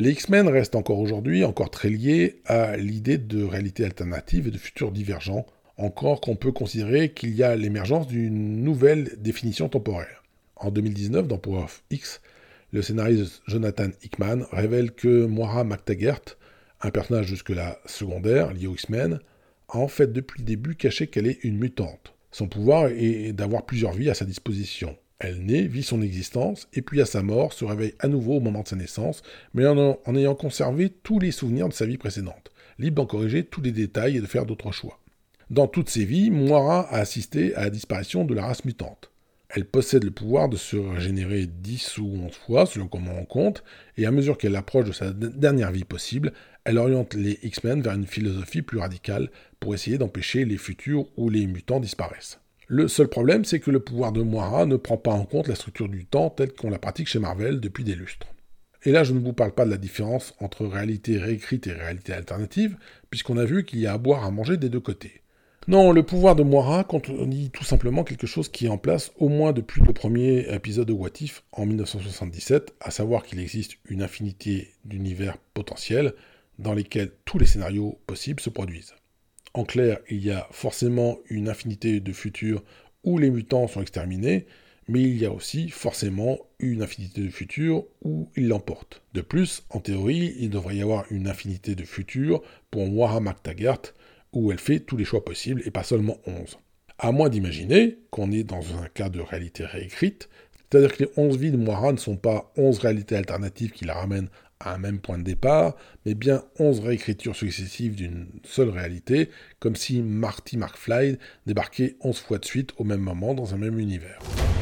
Les X-Men restent encore aujourd'hui encore très liés à l'idée de réalité alternative et de futur divergent, encore qu'on peut considérer qu'il y a l'émergence d'une nouvelle définition temporelle. En 2019, dans Power of X, le scénariste Jonathan Hickman révèle que Moira McTaggart, un personnage jusque-là secondaire lié aux X-Men, a en fait depuis le début caché qu'elle est une mutante. Son pouvoir est d'avoir plusieurs vies à sa disposition. Elle naît, vit son existence, et puis à sa mort, se réveille à nouveau au moment de sa naissance, mais en ayant conservé tous les souvenirs de sa vie précédente, libre d'en corriger tous les détails et de faire d'autres choix. Dans toutes ses vies, Moira a assisté à la disparition de la race mutante. Elle possède le pouvoir de se régénérer 10 ou 11 fois, selon comment on compte, et à mesure qu'elle approche de sa dernière vie possible, elle oriente les X-Men vers une philosophie plus radicale pour essayer d'empêcher les futurs où les mutants disparaissent. Le seul problème, c'est que le pouvoir de Moira ne prend pas en compte la structure du temps telle qu'on la pratique chez Marvel depuis des lustres. Et là, je ne vous parle pas de la différence entre réalité réécrite et réalité alternative, puisqu'on a vu qu'il y a à boire à manger des deux côtés. Non, le pouvoir de Moira contredit tout simplement quelque chose qui est en place au moins depuis le premier épisode de What If en 1977, à savoir qu'il existe une infinité d'univers potentiels dans lesquels tous les scénarios possibles se produisent. En clair, il y a forcément une infinité de futurs où les mutants sont exterminés, mais il y a aussi forcément une infinité de futurs où ils l'emportent. De plus, en théorie, il devrait y avoir une infinité de futurs pour Moira McTaggart, où elle fait tous les choix possibles et pas seulement 11. À moins d'imaginer qu'on est dans un cas de réalité réécrite, c'est-à-dire que les 11 vies de Moira ne sont pas 11 réalités alternatives qui la ramènent à un même point de départ, mais bien 11 réécritures successives d'une seule réalité, comme si Marty McFly débarquait 11 fois de suite au même moment dans un même univers.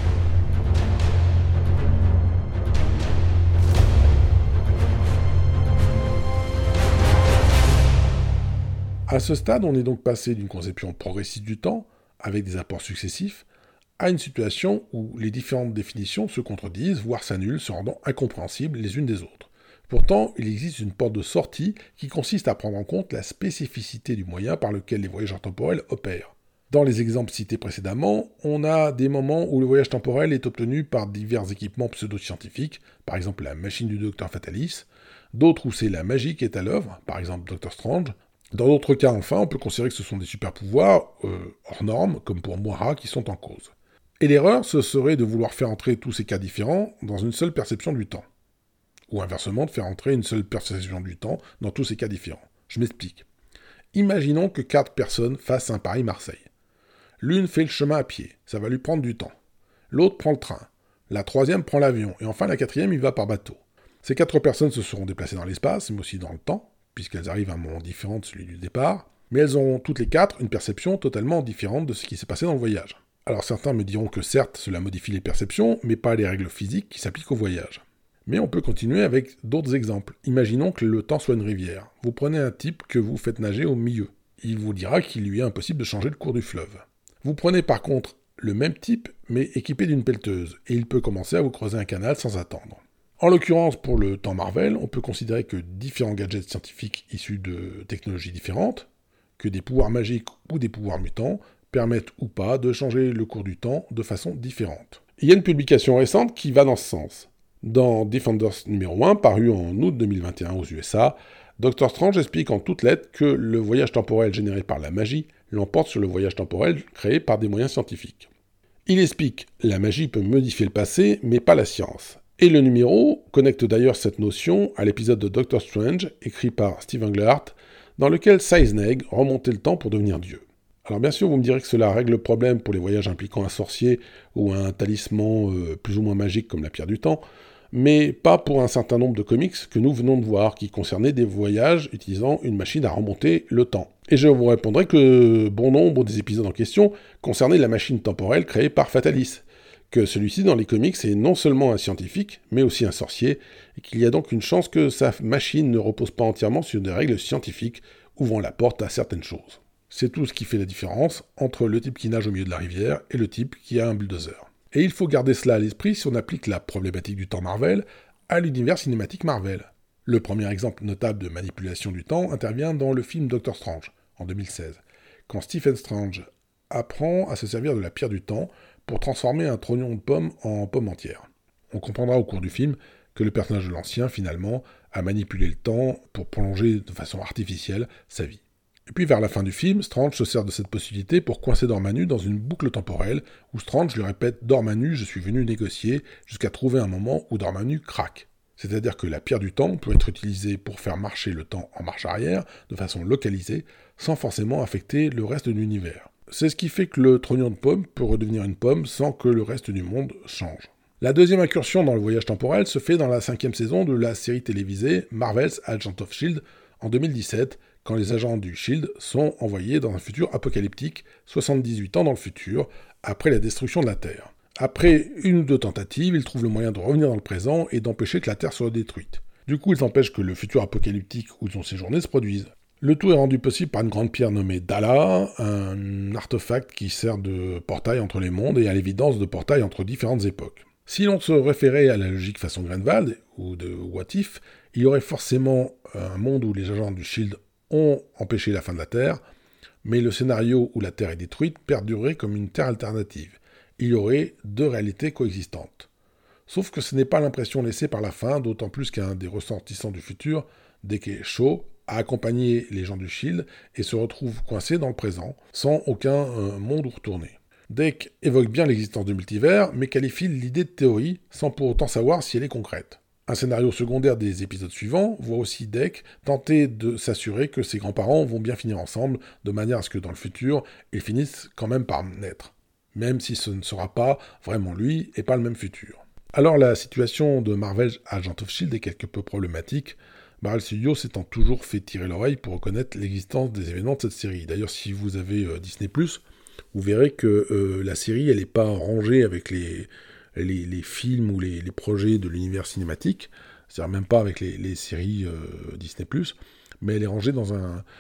À ce stade, on est donc passé d'une conception progressive du temps, avec des apports successifs, à une situation où les différentes définitions se contredisent, voire s'annulent, se rendant incompréhensibles les unes des autres. Pourtant, il existe une porte de sortie qui consiste à prendre en compte la spécificité du moyen par lequel les voyageurs temporels opèrent. Dans les exemples cités précédemment, on a des moments où le voyage temporel est obtenu par divers équipements pseudo-scientifiques, par exemple la machine du Docteur Fatalis, d'autres où c'est la magie qui est à l'œuvre, par exemple Doctor Strange. Dans d'autres cas, enfin, on peut considérer que ce sont des super-pouvoirs hors normes, comme pour Moira, qui sont en cause. Et l'erreur, ce serait de vouloir faire entrer tous ces cas différents dans une seule perception du temps. Ou inversement, de faire entrer une seule perception du temps dans tous ces cas différents. Je m'explique. Imaginons que 4 personnes fassent un Paris-Marseille. L'une fait le chemin à pied, ça va lui prendre du temps. L'autre prend le train. La troisième prend l'avion. Et enfin, la quatrième, il va par bateau. Ces 4 personnes se seront déplacées dans l'espace, mais aussi dans le temps, puisqu'elles arrivent à un moment différent de celui du départ, mais elles auront toutes les 4 une perception totalement différente de ce qui s'est passé dans le voyage. Alors certains me diront que certes, cela modifie les perceptions, mais pas les règles physiques qui s'appliquent au voyage. Mais on peut continuer avec d'autres exemples. Imaginons que le temps soit une rivière. Vous prenez un type que vous faites nager au milieu. Il vous dira qu'il lui est impossible de changer le cours du fleuve. Vous prenez par contre le même type, mais équipé d'une pelleteuse, et il peut commencer à vous creuser un canal sans attendre. En l'occurrence, pour le temps Marvel, on peut considérer que différents gadgets scientifiques issus de technologies différentes, que des pouvoirs magiques ou des pouvoirs mutants, permettent ou pas de changer le cours du temps de façon différente. Il y a une publication récente qui va dans ce sens. Dans Defenders numéro 1, paru en août 2021 aux USA, Dr. Strange explique en toutes lettres que le voyage temporel généré par la magie l'emporte sur le voyage temporel créé par des moyens scientifiques. Il explique « La magie peut modifier le passé, mais pas la science ». Et le numéro connecte d'ailleurs cette notion à l'épisode de Doctor Strange, écrit par Steve Englehart, dans lequel Seisneg remontait le temps pour devenir Dieu. Alors bien sûr, vous me direz que cela règle le problème pour les voyages impliquant un sorcier ou un talisman plus ou moins magique comme la pierre du temps, mais pas pour un certain nombre de comics que nous venons de voir, qui concernaient des voyages utilisant une machine à remonter le temps. Et je vous répondrai que bon nombre des épisodes en question concernaient la machine temporelle créée par Fatalis, que celui-ci dans les comics est non seulement un scientifique, mais aussi un sorcier, et qu'il y a donc une chance que sa machine ne repose pas entièrement sur des règles scientifiques, ouvrant la porte à certaines choses. C'est tout ce qui fait la différence entre le type qui nage au milieu de la rivière et le type qui a un bulldozer. Et il faut garder cela à l'esprit si on applique la problématique du temps Marvel à l'univers cinématique Marvel. Le premier exemple notable de manipulation du temps intervient dans le film Doctor Strange, en 2016, quand Stephen Strange apprend à se servir de la pierre du temps pour transformer un trognon de pomme en pomme entière. On comprendra au cours du film que le personnage de l'ancien, finalement, a manipulé le temps pour prolonger de façon artificielle sa vie. Et puis vers la fin du film, Strange se sert de cette possibilité pour coincer Dormammu dans une boucle temporelle où Strange lui répète « Dormammu, je suis venu négocier » jusqu'à trouver un moment où Dormammu craque. C'est-à-dire que la pierre du temps peut être utilisée pour faire marcher le temps en marche arrière, de façon localisée, sans forcément affecter le reste de l'univers. C'est ce qui fait que le trognon de pomme peut redevenir une pomme sans que le reste du monde change. La deuxième incursion dans le voyage temporel se fait dans la 5e saison de la série télévisée Marvel's Agents of S.H.I.E.L.D. en 2017, quand les agents du S.H.I.E.L.D. sont envoyés dans un futur apocalyptique, 78 ans dans le futur, après la destruction de la Terre. Après une ou deux tentatives, ils trouvent le moyen de revenir dans le présent et d'empêcher que la Terre soit détruite. Du coup, ils empêchent que le futur apocalyptique où ils ont séjourné se produise. Le tout est rendu possible par une grande pierre nommée Dala, un artefact qui sert de portail entre les mondes et à l'évidence de portail entre différentes époques. Si l'on se référait à la logique façon Grenvald ou de What If, il y aurait forcément un monde où les agents du S.H.I.E.L.D. ont empêché la fin de la Terre, mais le scénario où la Terre est détruite perdurerait comme une Terre alternative. Il y aurait deux réalités coexistantes. Sauf que ce n'est pas l'impression laissée par la fin, d'autant plus qu'un des ressortissants du futur, Deke Shaw, a accompagné les gens du S.H.I.E.L.D. et se retrouve coincé dans le présent, sans aucun monde où retourner. Deke évoque bien l'existence du multivers, mais qualifie l'idée de théorie, sans pour autant savoir si elle est concrète. Un scénario secondaire des épisodes suivants voit aussi Deke tenter de s'assurer que ses grands-parents vont bien finir ensemble, de manière à ce que dans le futur, ils finissent quand même par naître. Même si ce ne sera pas vraiment lui et pas le même futur. Alors la situation de Marvel's Agents of S.H.I.E.L.D. est quelque peu problématique, Marvel Studios s'étant toujours fait tirer l'oreille pour reconnaître l'existence des événements de cette série. D'ailleurs, si vous avez Disney+, vous verrez que la série, elle n'est pas rangée avec les films ou les projets de l'univers cinématique, c'est-à-dire même pas avec les séries Disney+, mais elle est rangée dans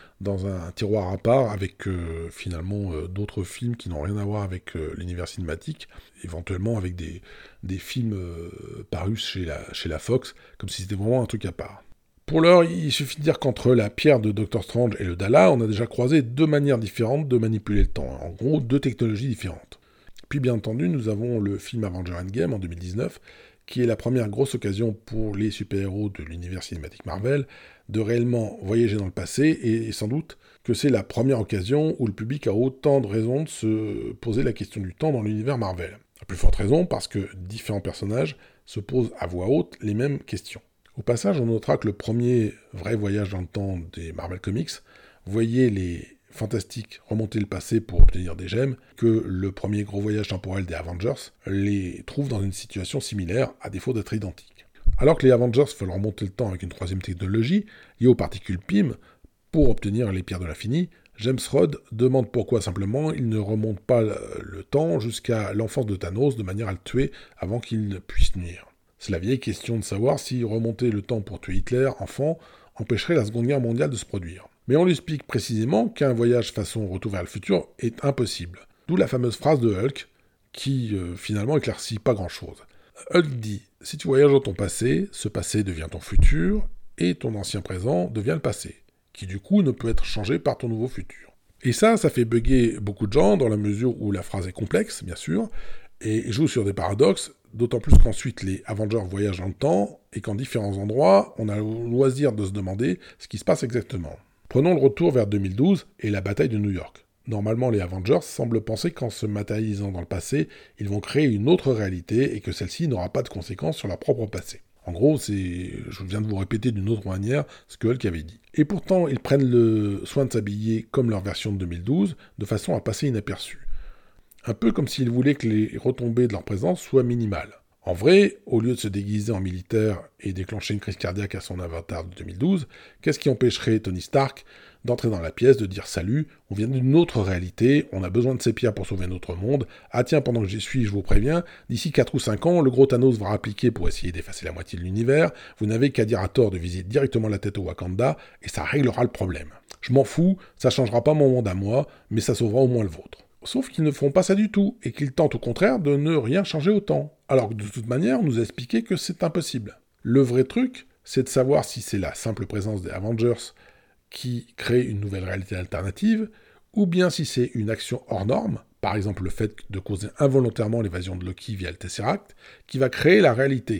un tiroir à part avec finalement d'autres films qui n'ont rien à voir avec l'univers cinématique, éventuellement avec des films parus chez la Fox, comme si c'était vraiment un truc à part. Pour l'heure, il suffit de dire qu'entre la pierre de Dr Strange et le Dala, on a déjà croisé deux manières différentes de manipuler le temps. En gros, deux technologies différentes. Puis bien entendu, nous avons le film Avengers Endgame en 2019, qui est la première grosse occasion pour les super-héros de l'univers cinématique Marvel de réellement voyager dans le passé, et sans doute que c'est la première occasion où le public a autant de raisons de se poser la question du temps dans l'univers Marvel. À plus forte raison parce que différents personnages se posent à voix haute les mêmes questions. Au passage, on notera que le premier vrai voyage dans le temps des Marvel Comics voyait les Fantastiques remonter le passé pour obtenir des gemmes, que le premier gros voyage temporel des Avengers les trouve dans une situation similaire, à défaut d'être identiques. Alors que les Avengers veulent remonter le temps avec une troisième technologie, liée aux particules PIM, pour obtenir les pierres de l'infini, James Rhodes demande pourquoi simplement il ne remonte pas le temps jusqu'à l'enfance de Thanos de manière à le tuer avant qu'il ne puisse nuire. C'est la vieille question de savoir si remonter le temps pour tuer Hitler, enfant, empêcherait la Seconde Guerre mondiale de se produire. Mais on lui explique précisément qu'un voyage façon Retour vers le futur est impossible. D'où la fameuse phrase de Hulk, qui finalement éclaircit pas grand-chose. Hulk dit « Si tu voyages dans ton passé, ce passé devient ton futur, et ton ancien présent devient le passé, qui du coup ne peut être changé par ton nouveau futur. » Et ça fait bugger beaucoup de gens, dans la mesure où la phrase est complexe, bien sûr, et joue sur des paradoxes, d'autant plus qu'ensuite les Avengers voyagent dans le temps, et qu'en différents endroits, on a le loisir de se demander ce qui se passe exactement. Prenons le retour vers 2012 et la bataille de New York. Normalement, les Avengers semblent penser qu'en se matérialisant dans le passé, ils vont créer une autre réalité et que celle-ci n'aura pas de conséquences sur leur propre passé. En gros, je viens de vous répéter d'une autre manière ce que Hulk avait dit. Et pourtant, ils prennent le soin de s'habiller comme leur version de 2012, de façon à passer inaperçus. Un peu comme s'ils voulaient que les retombées de leur présence soient minimales. En vrai, au lieu de se déguiser en militaire et déclencher une crise cardiaque à son avatar de 2012, qu'est-ce qui empêcherait Tony Stark d'entrer dans la pièce, de dire « Salut, on vient d'une autre réalité, on a besoin de ces pierres pour sauver notre monde. Ah tiens, pendant que j'y suis, je vous préviens, d'ici 4 ou 5 ans, le gros Thanos va appliquer pour essayer d'effacer la moitié de l'univers. Vous n'avez qu'à dire à Thor de viser directement la tête au Wakanda, et ça réglera le problème. Je m'en fous, ça changera pas mon monde à moi, mais ça sauvera au moins le vôtre. » Sauf qu'ils ne font pas ça du tout, et qu'ils tentent au contraire de ne rien changer autant. Alors que de toute manière, on nous a expliqué que c'est impossible. Le vrai truc, c'est de savoir si c'est la simple présence des Avengers qui crée une nouvelle réalité alternative, ou bien si c'est une action hors norme, par exemple le fait de causer involontairement l'évasion de Loki via le Tesseract, qui va créer la réalité.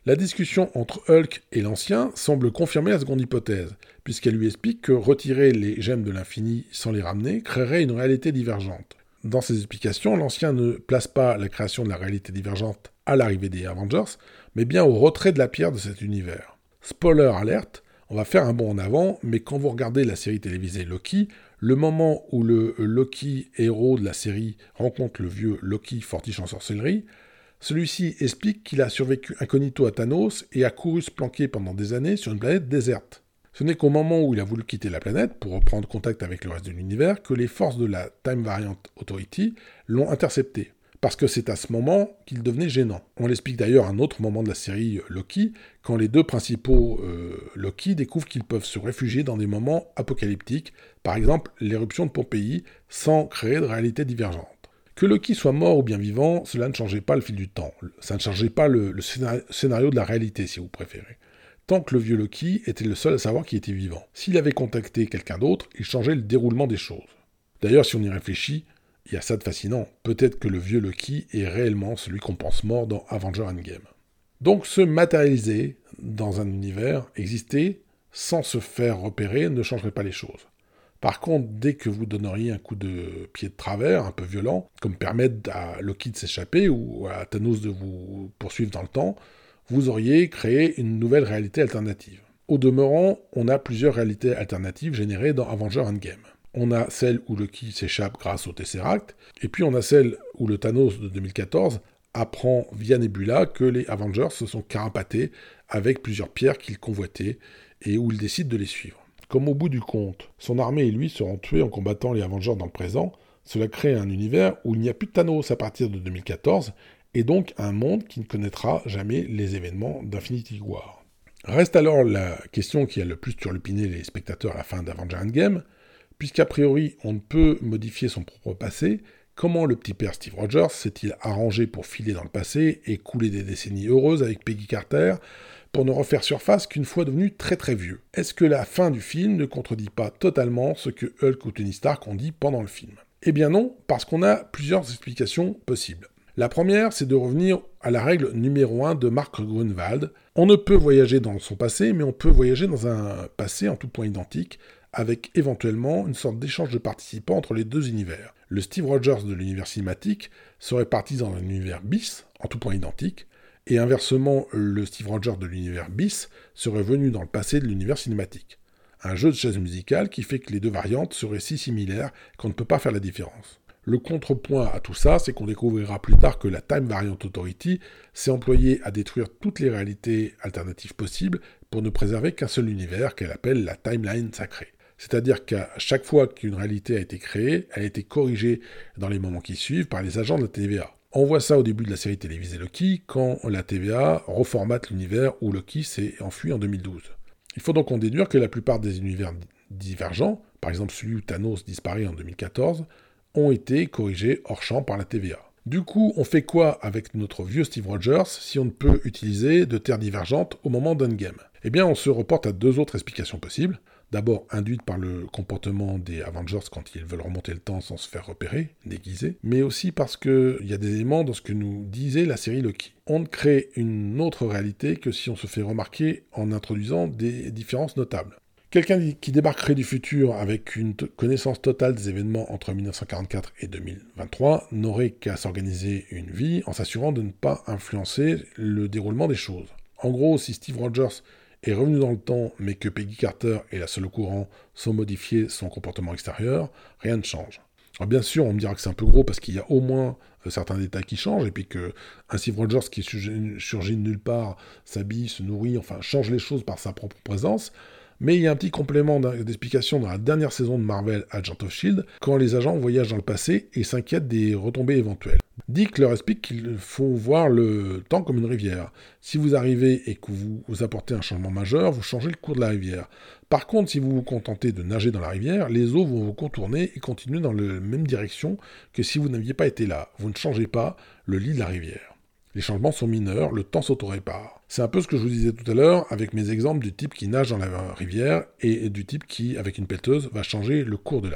La discussion entre Hulk et l'Ancien semble confirmer la seconde hypothèse, puisqu'elle lui explique que retirer les gemmes de l'infini sans les ramener créerait une réalité divergente. Dans ses explications, l'Ancien ne place pas la création de la réalité divergente à l'arrivée des Avengers, mais bien au retrait de la pierre de cet univers. Spoiler alerte, on va faire un bond en avant, mais quand vous regardez la série télévisée Loki, le moment où le Loki héros de la série rencontre le vieux Loki fortiche en sorcellerie, celui-ci explique qu'il a survécu incognito à Thanos et a couru se planquer pendant des années sur une planète déserte. Ce n'est qu'au moment où il a voulu quitter la planète pour reprendre contact avec le reste de l'univers que les forces de la Time Variant Authority l'ont intercepté. Parce que c'est à ce moment qu'il devenait gênant. On l'explique d'ailleurs à un autre moment de la série Loki, quand les deux principaux Loki découvrent qu'ils peuvent se réfugier dans des moments apocalyptiques, par exemple l'éruption de Pompéi, sans créer de réalité divergente. Que Loki soit mort ou bien vivant, cela ne changeait pas le fil du temps. Ça ne changeait pas le scénario de la réalité, si vous préférez. Tant que le vieux Loki était le seul à savoir qu'il était vivant. S'il avait contacté quelqu'un d'autre, il changeait le déroulement des choses. D'ailleurs, si on y réfléchit, il y a ça de fascinant. Peut-être que le vieux Loki est réellement celui qu'on pense mort dans Avengers Endgame. Donc se matérialiser dans un univers, exister, sans se faire repérer, ne changerait pas les choses. Par contre, dès que vous donneriez un coup de pied de travers, un peu violent, comme permettre à Loki de s'échapper ou à Thanos de vous poursuivre dans le temps, vous auriez créé une nouvelle réalité alternative. Au demeurant, on a plusieurs réalités alternatives générées dans Avengers Endgame. On a celle où Loki s'échappe grâce au Tesseract, et puis on a celle où le Thanos de 2014 apprend via Nebula que les Avengers se sont carapatés avec plusieurs pierres qu'ils convoitaient, et où il décide de les suivre. Comme au bout du compte, son armée et lui seront tués en combattant les Avengers dans le présent, cela crée un univers où il n'y a plus de Thanos à partir de 2014, et donc un monde qui ne connaîtra jamais les événements d'Infinity War. Reste alors la question qui a le plus turlupiné les spectateurs à la fin d'Avengers Endgame, puisqu'a priori on ne peut modifier son propre passé, comment le petit père Steve Rogers s'est-il arrangé pour filer dans le passé et couler des décennies heureuses avec Peggy Carter, pour ne refaire surface qu'une fois devenu très très vieux? Est-ce que la fin du film ne contredit pas totalement ce que Hulk ou Tony Stark ont dit pendant le film? Eh bien non, parce qu'on a plusieurs explications possibles. La première, c'est de revenir à la règle numéro 1 de Mark Grunwald. On ne peut voyager dans son passé, mais on peut voyager dans un passé en tout point identique, avec éventuellement une sorte d'échange de participants entre les deux univers. Le Steve Rogers de l'univers cinématique serait parti dans un univers bis, en tout point identique, et inversement, le Steve Rogers de l'univers bis serait venu dans le passé de l'univers cinématique. Un jeu de chaises musicales qui fait que les deux variantes seraient si similaires qu'on ne peut pas faire la différence. Le contrepoint à tout ça, c'est qu'on découvrira plus tard que la Time Variant Authority s'est employée à détruire toutes les réalités alternatives possibles pour ne préserver qu'un seul univers qu'elle appelle la Timeline Sacrée. C'est-à-dire qu'à chaque fois qu'une réalité a été créée, elle a été corrigée dans les moments qui suivent par les agents de la TVA. On voit ça au début de la série télévisée Loki, quand la TVA reformate l'univers où Loki s'est enfui en 2012. Il faut donc en déduire que la plupart des univers divergents, par exemple celui où Thanos disparaît en 2014, ont été corrigés hors champ par la TVA. Du coup, on fait quoi avec notre vieux Steve Rogers si on ne peut utiliser de terres divergentes au moment d'Endgame? Eh bien, on se reporte à deux autres explications possibles. D'abord, induite par le comportement des Avengers quand ils veulent remonter le temps sans se faire repérer, déguisés, mais aussi parce qu'il y a des éléments dans ce que nous disait la série Loki. On ne crée une autre réalité que si on se fait remarquer en introduisant des différences notables. Quelqu'un qui débarquerait du futur avec une connaissance totale des événements entre 1944 et 2023 n'aurait qu'à s'organiser une vie en s'assurant de ne pas influencer le déroulement des choses. En gros, si Steve Rogers est revenu dans le temps, mais que Peggy Carter est la seule au courant sans modifier son comportement extérieur, rien ne change. Alors bien sûr, on me dira que c'est un peu gros parce qu'il y a au moins certains détails qui changent, et puis qu'un Steve Rogers qui surgit de nulle part, s'habille, se nourrit, enfin change les choses par sa propre présence. Mais il y a un petit complément d'explication dans la dernière saison de Marvel Agents of S.H.I.E.L.D. quand les agents voyagent dans le passé et s'inquiètent des retombées éventuelles. Dick leur explique qu'il faut voir le temps comme une rivière. Si vous arrivez et que vous apportez un changement majeur, vous changez le cours de la rivière. Par contre, si vous vous contentez de nager dans la rivière, les eaux vont vous contourner et continuer dans la même direction que si vous n'aviez pas été là. Vous ne changez pas le lit de la rivière. Les changements sont mineurs, le temps s'auto-répare. C'est un peu ce que je vous disais tout à l'heure avec mes exemples du type qui nage dans la rivière et du type qui, avec une pelleteuse, va changer le cours de la rivière.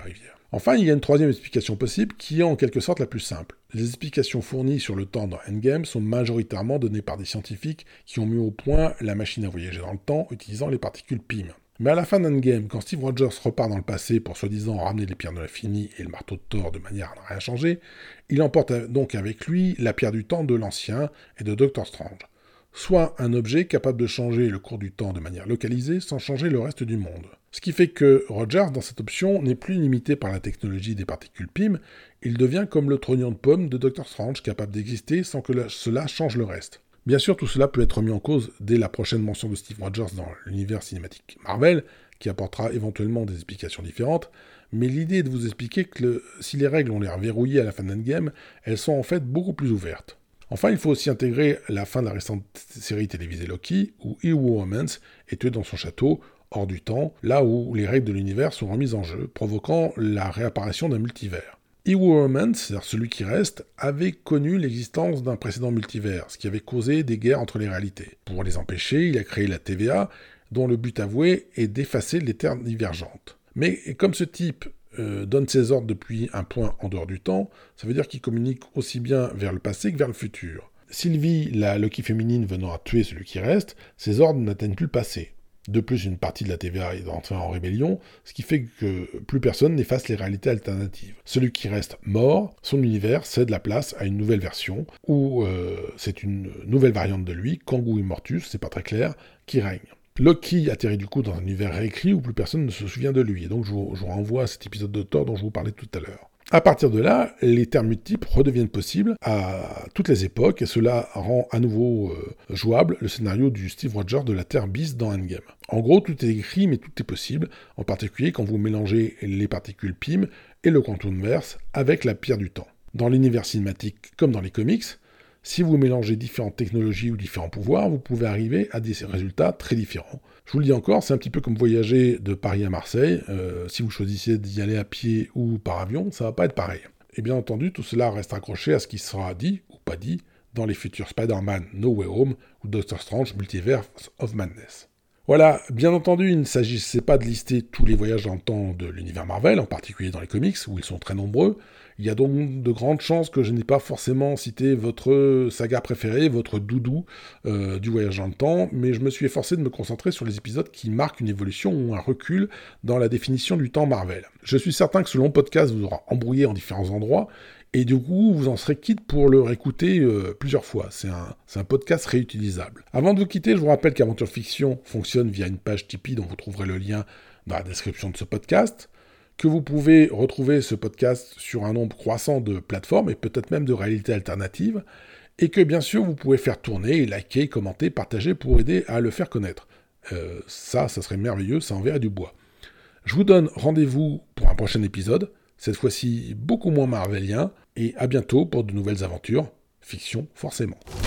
Enfin, il y a une troisième explication possible qui est en quelque sorte la plus simple. Les explications fournies sur le temps dans Endgame sont majoritairement données par des scientifiques qui ont mis au point la machine à voyager dans le temps utilisant les particules PIM. Mais à la fin d'Endgame, quand Steve Rogers repart dans le passé pour soi-disant ramener les pierres de l'infini et le marteau de Thor de manière à ne rien changer, il emporte donc avec lui la pierre du temps de l'Ancien et de Doctor Strange. Soit un objet capable de changer le cours du temps de manière localisée sans changer le reste du monde. Ce qui fait que Rogers, dans cette option, n'est plus limité par la technologie des particules PIM, il devient comme le trognon de pomme de Doctor Strange, capable d'exister sans que cela change le reste. Bien sûr, tout cela peut être remis en cause dès la prochaine mention de Steve Rogers dans l'univers cinématique Marvel, qui apportera éventuellement des explications différentes, mais l'idée est de vous expliquer que si les règles ont l'air verrouillées à la fin d'Endgame, elles sont en fait beaucoup plus ouvertes. Enfin, il faut aussi intégrer la fin de la récente série télévisée Loki, où Iwo Romance est tué dans son château, hors du temps, là où les règles de l'univers sont remises en jeu, provoquant la réapparition d'un multivers. Iwo Romance, c'est-à-dire celui qui reste, avait connu l'existence d'un précédent multivers, ce qui avait causé des guerres entre les réalités. Pour les empêcher, il a créé la TVA, dont le but avoué est d'effacer les terres divergentes. Mais comme ce type donne ses ordres depuis un point en dehors du temps, ça veut dire qu'il communique aussi bien vers le passé que vers le futur. Sylvie, la Loki féminine venant à tuer celui qui reste, ses ordres n'atteignent plus le passé. De plus, une partie de la TVA est entrée en rébellion, ce qui fait que plus personne n'efface les réalités alternatives. Celui qui reste mort, son univers cède la place à une nouvelle version, où c'est une nouvelle variante de lui, Kangoo Immortus, c'est pas très clair, qui règne. Loki atterrit du coup dans un univers réécrit où plus personne ne se souvient de lui, et donc je vous renvoie à cet épisode de Thor dont je vous parlais tout à l'heure. À partir de là, les termes multiples redeviennent possibles à toutes les époques, et cela rend à nouveau jouable le scénario du Steve Rogers de la Terre bis dans Endgame. En gros, tout est écrit, mais tout est possible, en particulier quand vous mélangez les particules PIM et le Quantumverse avec la pierre du temps. Dans l'univers cinématique comme dans les comics, si vous mélangez différentes technologies ou différents pouvoirs, vous pouvez arriver à des résultats très différents. Je vous le dis encore, c'est un petit peu comme voyager de Paris à Marseille. Si vous choisissez d'y aller à pied ou par avion, ça va pas être pareil. Et bien entendu, tout cela reste accroché à ce qui sera dit ou pas dit dans les futurs Spider-Man No Way Home ou Doctor Strange Multiverse of Madness. Voilà, bien entendu, il ne s'agissait pas de lister tous les voyages dans le temps de l'univers Marvel, en particulier dans les comics, où ils sont très nombreux. Il y a donc de grandes chances que je n'ai pas forcément cité votre saga préférée, votre doudou du voyage dans le temps, mais je me suis efforcé de me concentrer sur les épisodes qui marquent une évolution ou un recul dans la définition du temps Marvel. Je suis certain que ce long podcast vous aura embrouillé en différents endroits, et du coup, vous en serez quitte pour le réécouter plusieurs fois. C'est un podcast réutilisable. Avant de vous quitter, je vous rappelle qu'Aventure Fiction fonctionne via une page Tipeee dont vous trouverez le lien dans la description de ce podcast, que vous pouvez retrouver ce podcast sur un nombre croissant de plateformes et peut-être même de réalités alternatives, et que bien sûr, vous pouvez faire tourner, liker, commenter, partager pour aider à le faire connaître. Ça serait merveilleux, ça enverrait du bois. Je vous donne rendez-vous pour un prochain épisode, cette fois-ci beaucoup moins marvelien, et à bientôt pour de nouvelles aventures, fiction forcément.